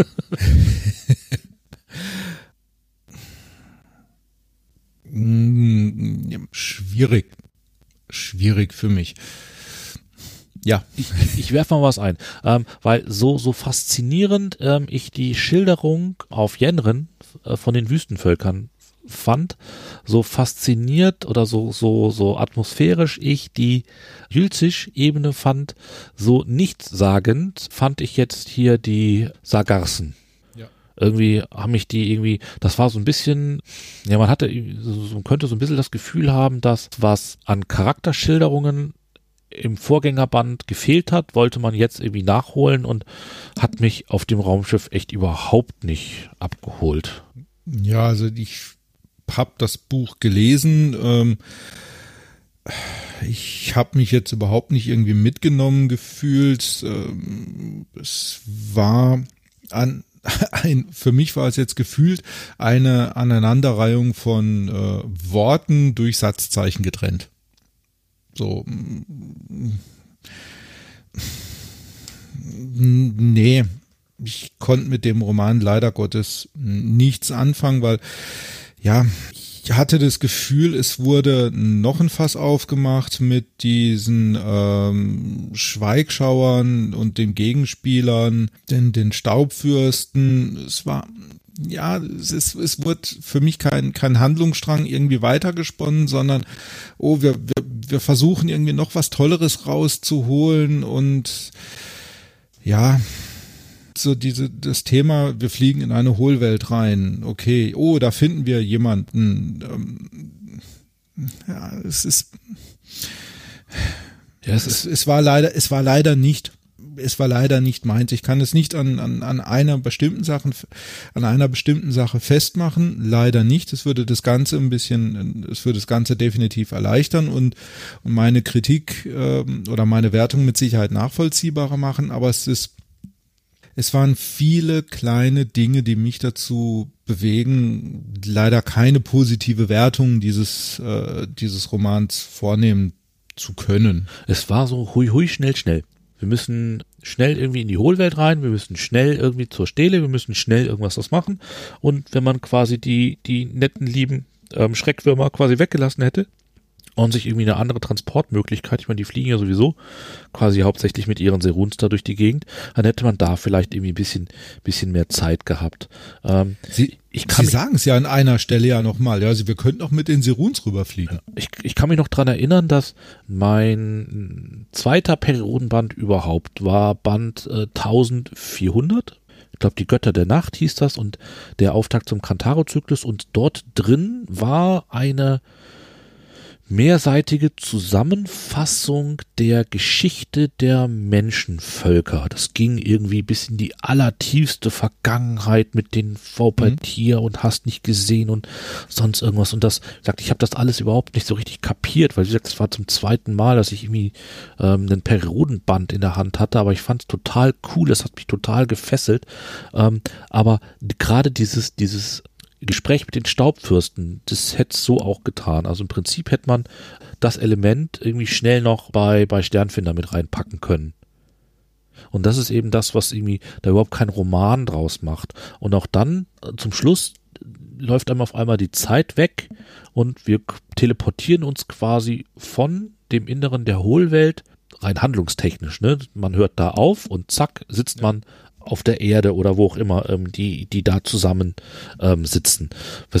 Schwierig. Schwierig für mich. Ja. Ich werfe mal was ein, weil so faszinierend ich die Schilderung auf Yenren von den Wüstenvölkern fand, so fasziniert oder so atmosphärisch ich die Jülzisch-Ebene fand, so nichtssagend fand ich jetzt hier die Sargarsen. Ja. Irgendwie haben mich die irgendwie, das war so ein bisschen, ja, man könnte so ein bisschen das Gefühl haben, dass was an Charakterschilderungen im Vorgängerband gefehlt hat, wollte man jetzt irgendwie nachholen und hat mich auf dem Raumschiff echt überhaupt nicht abgeholt. Ja, also ich habe das Buch gelesen. Ich habe mich jetzt überhaupt nicht irgendwie mitgenommen gefühlt. Es war für mich war es jetzt gefühlt eine Aneinanderreihung von Worten durch Satzzeichen getrennt. So, nee, ich konnte mit dem Roman leider Gottes nichts anfangen, weil, ja, ich hatte das Gefühl, es wurde noch ein Fass aufgemacht mit diesen Schweigschauern und den Gegenspielern, den Staubfürsten. Es war, ja, es wurde für mich kein Handlungsstrang irgendwie weitergesponnen, sondern, wir versuchen irgendwie noch was Tolleres rauszuholen und ja, so das Thema, wir fliegen in eine Hohlwelt rein, okay, da finden wir jemanden, ja, es war leider nicht meins. Ich kann es nicht an einer bestimmten Sache festmachen, leider nicht. Es würde das Ganze definitiv erleichtern und meine Kritik oder meine Wertung mit Sicherheit nachvollziehbarer machen, aber es Es waren viele kleine Dinge, die mich dazu bewegen, leider keine positive Wertung dieses Romans vornehmen zu können. Es war so hui hui, schnell, schnell. Wir müssen schnell irgendwie in die Hohlwelt rein, wir müssen schnell irgendwie zur Stele, wir müssen schnell irgendwas was machen. Und wenn man quasi die netten, lieben Schreckwürmer quasi weggelassen hätte und sich irgendwie eine andere Transportmöglichkeit, ich meine, die fliegen ja sowieso quasi hauptsächlich mit ihren Seruns da durch die Gegend, dann hätte man da vielleicht irgendwie ein bisschen mehr Zeit gehabt. Sie sagen es ja an einer Stelle ja nochmal, ja, also wir könnten auch mit den Seruns rüberfliegen. Ich kann mich noch dran erinnern, dass mein zweiter Periodenband überhaupt war Band 1400. Ich glaube, die Götter der Nacht hieß das und der Auftakt zum Kantaro-Zyklus und dort drin war eine mehrseitige Zusammenfassung der Geschichte der Menschenvölker. Das ging irgendwie bis in die allertiefste Vergangenheit mit den Vaupatier und hast nicht gesehen und sonst irgendwas. Und das, sagt, ich habe das alles überhaupt nicht so richtig kapiert, weil wie gesagt, es war zum zweiten Mal, dass ich irgendwie einen Periodenband in der Hand hatte, aber ich fand es total cool, das hat mich total gefesselt. Aber gerade dieses Gespräch mit den Staubfürsten, das hätte es so auch getan. Also im Prinzip hätte man das Element irgendwie schnell noch bei Sternfinder mit reinpacken können. Und das ist eben das, was irgendwie da überhaupt kein Roman draus macht. Und auch dann zum Schluss läuft einem auf einmal die Zeit weg und wir teleportieren uns quasi von dem Inneren der Hohlwelt, rein handlungstechnisch, ne? Man hört da auf und zack, sitzt man auf der Erde oder wo auch immer, die da zusammen sitzen.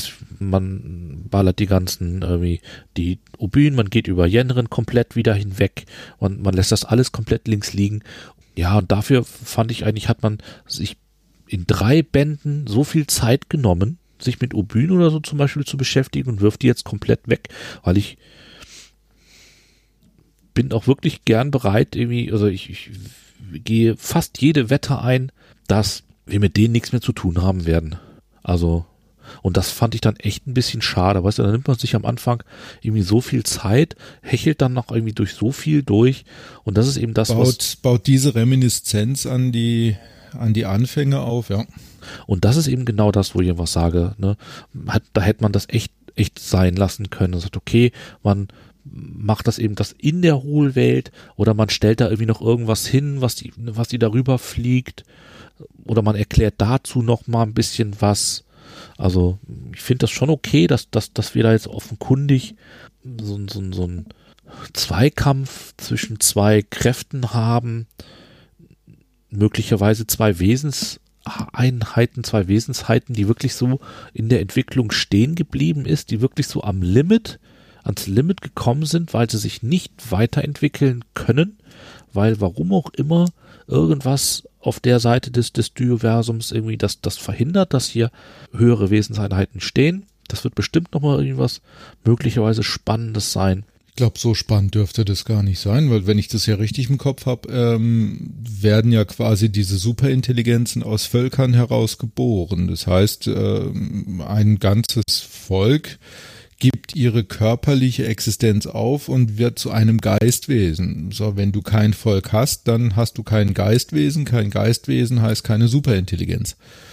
Man ballert die ganzen, die Obyn, man geht über Yenren komplett wieder hinweg und man lässt das alles komplett links liegen. Ja, und dafür fand ich eigentlich, hat man sich in 3 Bänden so viel Zeit genommen, sich mit Obyn oder so zum Beispiel zu beschäftigen und wirft die jetzt komplett weg, weil ich bin auch wirklich gern bereit, irgendwie, also ich gehe fast jede Wette ein, dass wir mit denen nichts mehr zu tun haben werden. Also, und das fand ich dann echt ein bisschen schade, weißt du, da nimmt man sich am Anfang irgendwie so viel Zeit, hechelt dann noch irgendwie durch so viel durch und das ist eben das, baut diese Reminiszenz an die Anfänge auf, ja. Und das ist eben genau das, wo ich einfach sage, ne, da hätte man das echt sein lassen können und sagt, okay, man macht das eben das in der Hohlwelt oder man stellt da irgendwie noch irgendwas hin, was die darüber fliegt oder man erklärt dazu noch mal ein bisschen was. Also ich finde das schon okay, dass wir da jetzt offenkundig so ein Zweikampf zwischen 2 Kräften haben, möglicherweise 2 Wesenseinheiten, 2 Wesensheiten, die wirklich so in der Entwicklung stehen geblieben ist, die wirklich so ans Limit gekommen sind, weil sie sich nicht weiterentwickeln können, weil warum auch immer irgendwas auf der Seite des Dyoversums irgendwie das verhindert, dass hier höhere Wesenseinheiten stehen. Das wird bestimmt nochmal irgendwas möglicherweise Spannendes sein. Ich glaube, so spannend dürfte das gar nicht sein, weil wenn ich das ja richtig im Kopf habe, werden ja quasi diese Superintelligenzen aus Völkern heraus geboren. Das heißt, ein ganzes Volk gibt ihre körperliche Existenz auf und wird zu einem Geistwesen. So, wenn du kein Volk hast, dann hast du kein Geistwesen. Kein Geistwesen heißt keine Superintelligenz.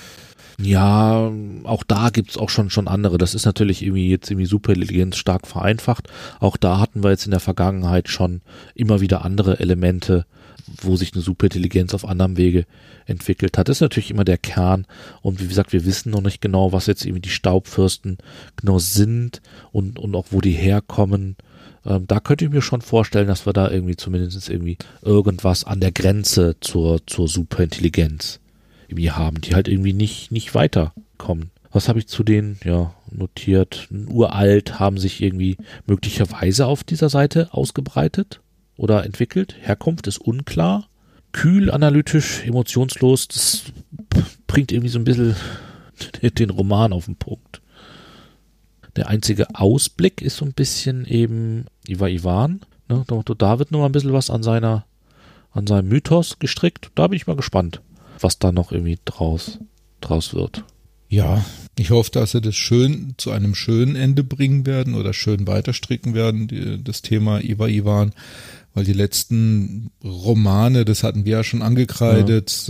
Ja, auch da gibt's auch schon andere. Das ist natürlich irgendwie Superintelligenz stark vereinfacht. Auch da hatten wir jetzt in der Vergangenheit schon immer wieder andere Elemente, wo sich eine Superintelligenz auf anderem Wege entwickelt hat. Das ist natürlich immer der Kern. Und wie gesagt, wir wissen noch nicht genau, was jetzt irgendwie die Staubfürsten genau sind und auch wo die herkommen. Da könnte ich mir schon vorstellen, dass wir da irgendwie zumindest irgendwie irgendwas an der Grenze zur Superintelligenz irgendwie haben, die halt irgendwie nicht weiterkommen. Was habe ich zu denen notiert? Uralt haben sich irgendwie möglicherweise auf dieser Seite ausgebreitet oder entwickelt. Herkunft ist unklar. Kühl, analytisch, emotionslos, das bringt irgendwie so ein bisschen den Roman auf den Punkt. Der einzige Ausblick ist so ein bisschen eben Ivan. Ne? Da wird noch mal ein bisschen was an seinem Mythos gestrickt. Da bin ich mal gespannt, was da noch irgendwie draus wird. Ja, ich hoffe, dass sie das schön zu einem schönen Ende bringen werden oder schön weiterstricken werden, das Thema Ivan, weil die letzten Romane, das hatten wir ja schon angekreidet,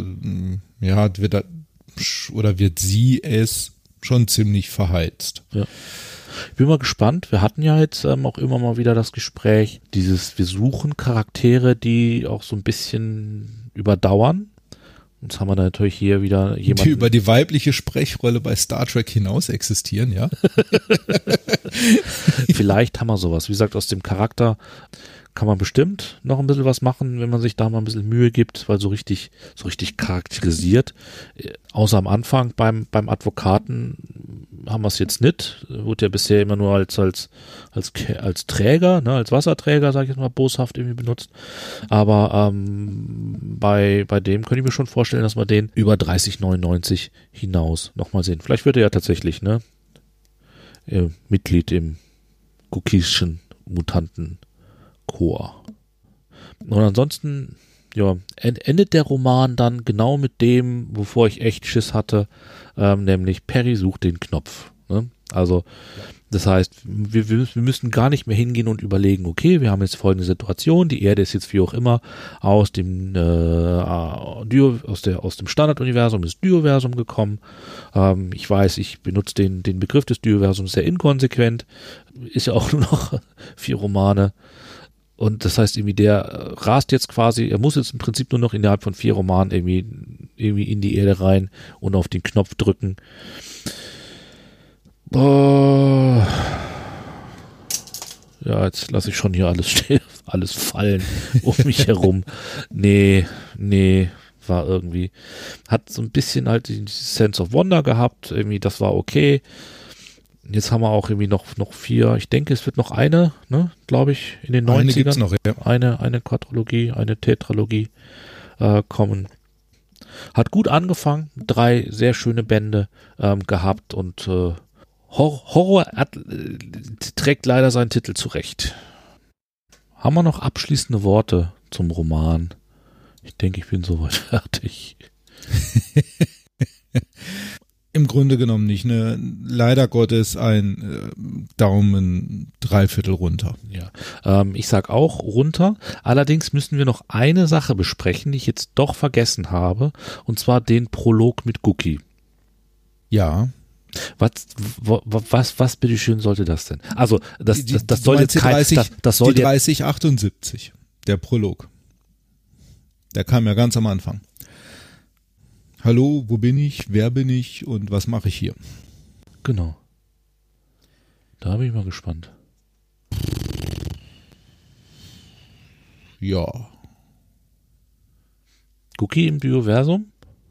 wird sie es schon ziemlich verheizt. Ja. Ich bin mal gespannt. Wir hatten ja jetzt auch immer mal wieder das Gespräch, wir suchen Charaktere, die auch so ein bisschen überdauern. Jetzt haben wir da natürlich hier wieder jemanden, die über die weibliche Sprechrolle bei Star Trek hinaus existieren, ja. Vielleicht haben wir sowas. Wie gesagt, aus dem Charakter kann man bestimmt noch ein bisschen was machen, wenn man sich da mal ein bisschen Mühe gibt, weil so richtig charakterisiert. Außer am Anfang beim Advokaten haben wir es jetzt nicht. Wurde ja bisher immer nur als Träger, ne, als Wasserträger, sage ich jetzt mal, boshaft irgendwie benutzt. Aber bei dem könnte ich mir schon vorstellen, dass wir den über 3099 hinaus nochmal sehen. Vielleicht wird er ja tatsächlich, ne, Mitglied im Cookieschen Mutanten-Chor. Und ansonsten, ja, endet der Roman dann genau mit dem, wovor ich echt Schiss hatte, nämlich Perry sucht den Knopf. Ne? Also, das heißt, wir müssen gar nicht mehr hingehen und überlegen, okay, wir haben jetzt folgende Situation, die Erde ist jetzt wie auch immer aus dem Standarduniversum ins Dioversum gekommen. Ich weiß, ich benutze den Begriff des Dioversums sehr inkonsequent, ist ja auch nur noch 4 Romane. Und das heißt, irgendwie der rast jetzt quasi, er muss jetzt im Prinzip nur noch innerhalb von 4 Romanen irgendwie in die Erde rein und auf den Knopf drücken. Ja, jetzt lasse ich schon hier alles fallen um mich herum. Nee, war irgendwie, hat so ein bisschen halt die Sense of Wonder gehabt, irgendwie, das war okay. Jetzt haben wir auch irgendwie noch 4, ich denke, es wird noch eine, ne, glaube ich, in den 90ern. Eine gibt's noch, ja. Eine Quadrologie, eine Tetralogie kommen. Hat gut angefangen, 3 sehr schöne Bände gehabt und Horror trägt leider seinen Titel zurecht. Haben wir noch abschließende Worte zum Roman? Ich denke, ich bin soweit fertig. Im Grunde genommen nicht, ne? Leider Gottes ein Daumen 3/4 runter. Ja, ich sag auch runter. Allerdings müssen wir noch eine Sache besprechen, die ich jetzt doch vergessen habe, und zwar den Prolog mit Gookie. Ja. Was bitteschön sollte das denn? Also, das soll jetzt kein, das soll die 3078, der Prolog. Der kam ja ganz am Anfang. Hallo, wo bin ich? Wer bin ich? Und was mache ich hier? Genau. Da bin ich mal gespannt. Ja. Gookie im Dioversum?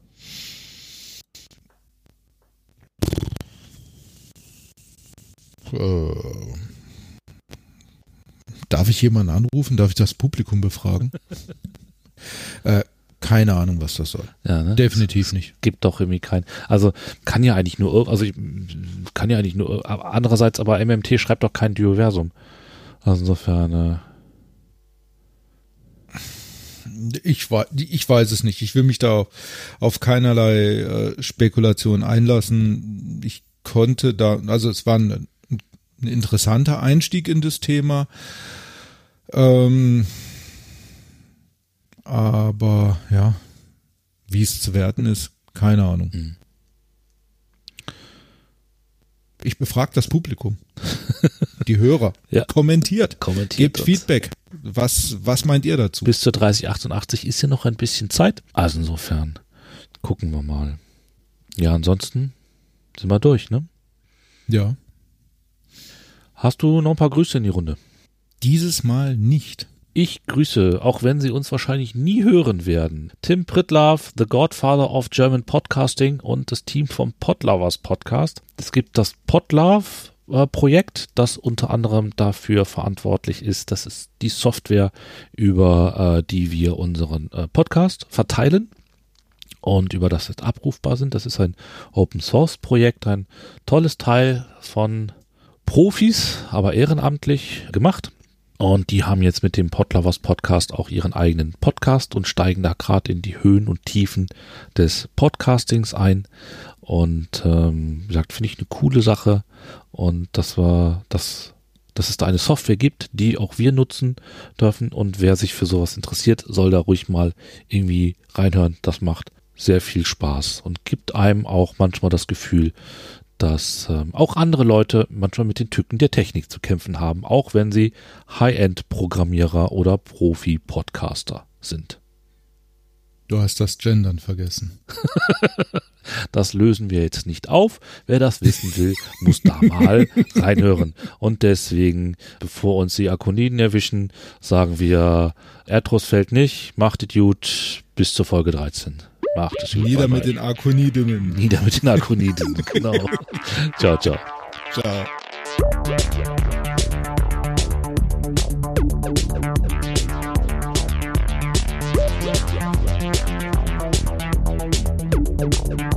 Darf ich jemanden anrufen? Darf ich das Publikum befragen? Keine Ahnung, was das soll. Ja, ne? Definitiv nicht. Gibt doch irgendwie kein. Also kann ja eigentlich nur, andererseits, aber MMT schreibt doch kein Dioversum. Also insofern. Ich weiß es nicht. Ich will mich da auf keinerlei Spekulation einlassen. Ich konnte da, also es war ein interessanter Einstieg in das Thema. Aber ja, wie es zu werten ist, keine Ahnung. Mhm. Ich befrage das Publikum, die Hörer, ja. kommentiert, gebt uns Feedback. Was meint ihr dazu? Bis zur 3088 ist ja noch ein bisschen Zeit. Also insofern gucken wir mal. Ja, ansonsten sind wir durch, ne? Ja. Hast du noch ein paar Grüße in die Runde? Dieses Mal nicht. Ich grüße, auch wenn sie uns wahrscheinlich nie hören werden, Tim Pritlove, the Godfather of German Podcasting und das Team vom Podlovers Podcast. Es gibt das Podlove-Projekt, das unter anderem dafür verantwortlich ist. Das ist die Software, über die wir unseren Podcast verteilen und über das jetzt abrufbar sind. Das ist ein Open-Source-Projekt, ein tolles Teil von Profis, aber ehrenamtlich gemacht. Und die haben jetzt mit dem Podlovers Podcast auch ihren eigenen Podcast und steigen da gerade in die Höhen und Tiefen des Podcastings ein. Und wie gesagt, finde ich eine coole Sache. Und das dass es da eine Software gibt, die auch wir nutzen dürfen, und wer sich für sowas interessiert, soll da ruhig mal irgendwie reinhören. Das macht sehr viel Spaß und gibt einem auch manchmal das Gefühl, dass auch andere Leute manchmal mit den Tücken der Technik zu kämpfen haben, auch wenn sie High-End-Programmierer oder Profi-Podcaster sind. Du hast das Gendern vergessen. Das lösen wir jetzt nicht auf. Wer das wissen will, muss da mal reinhören. Und deswegen, bevor uns die Akoniden erwischen, sagen wir, Erdros fällt nicht, macht es gut, bis zur Folge 13. Macht es gut. Nieder mit den Akoniden. Nieder mit den Akoniden, genau. Ciao, ciao. Ciao. Thank you.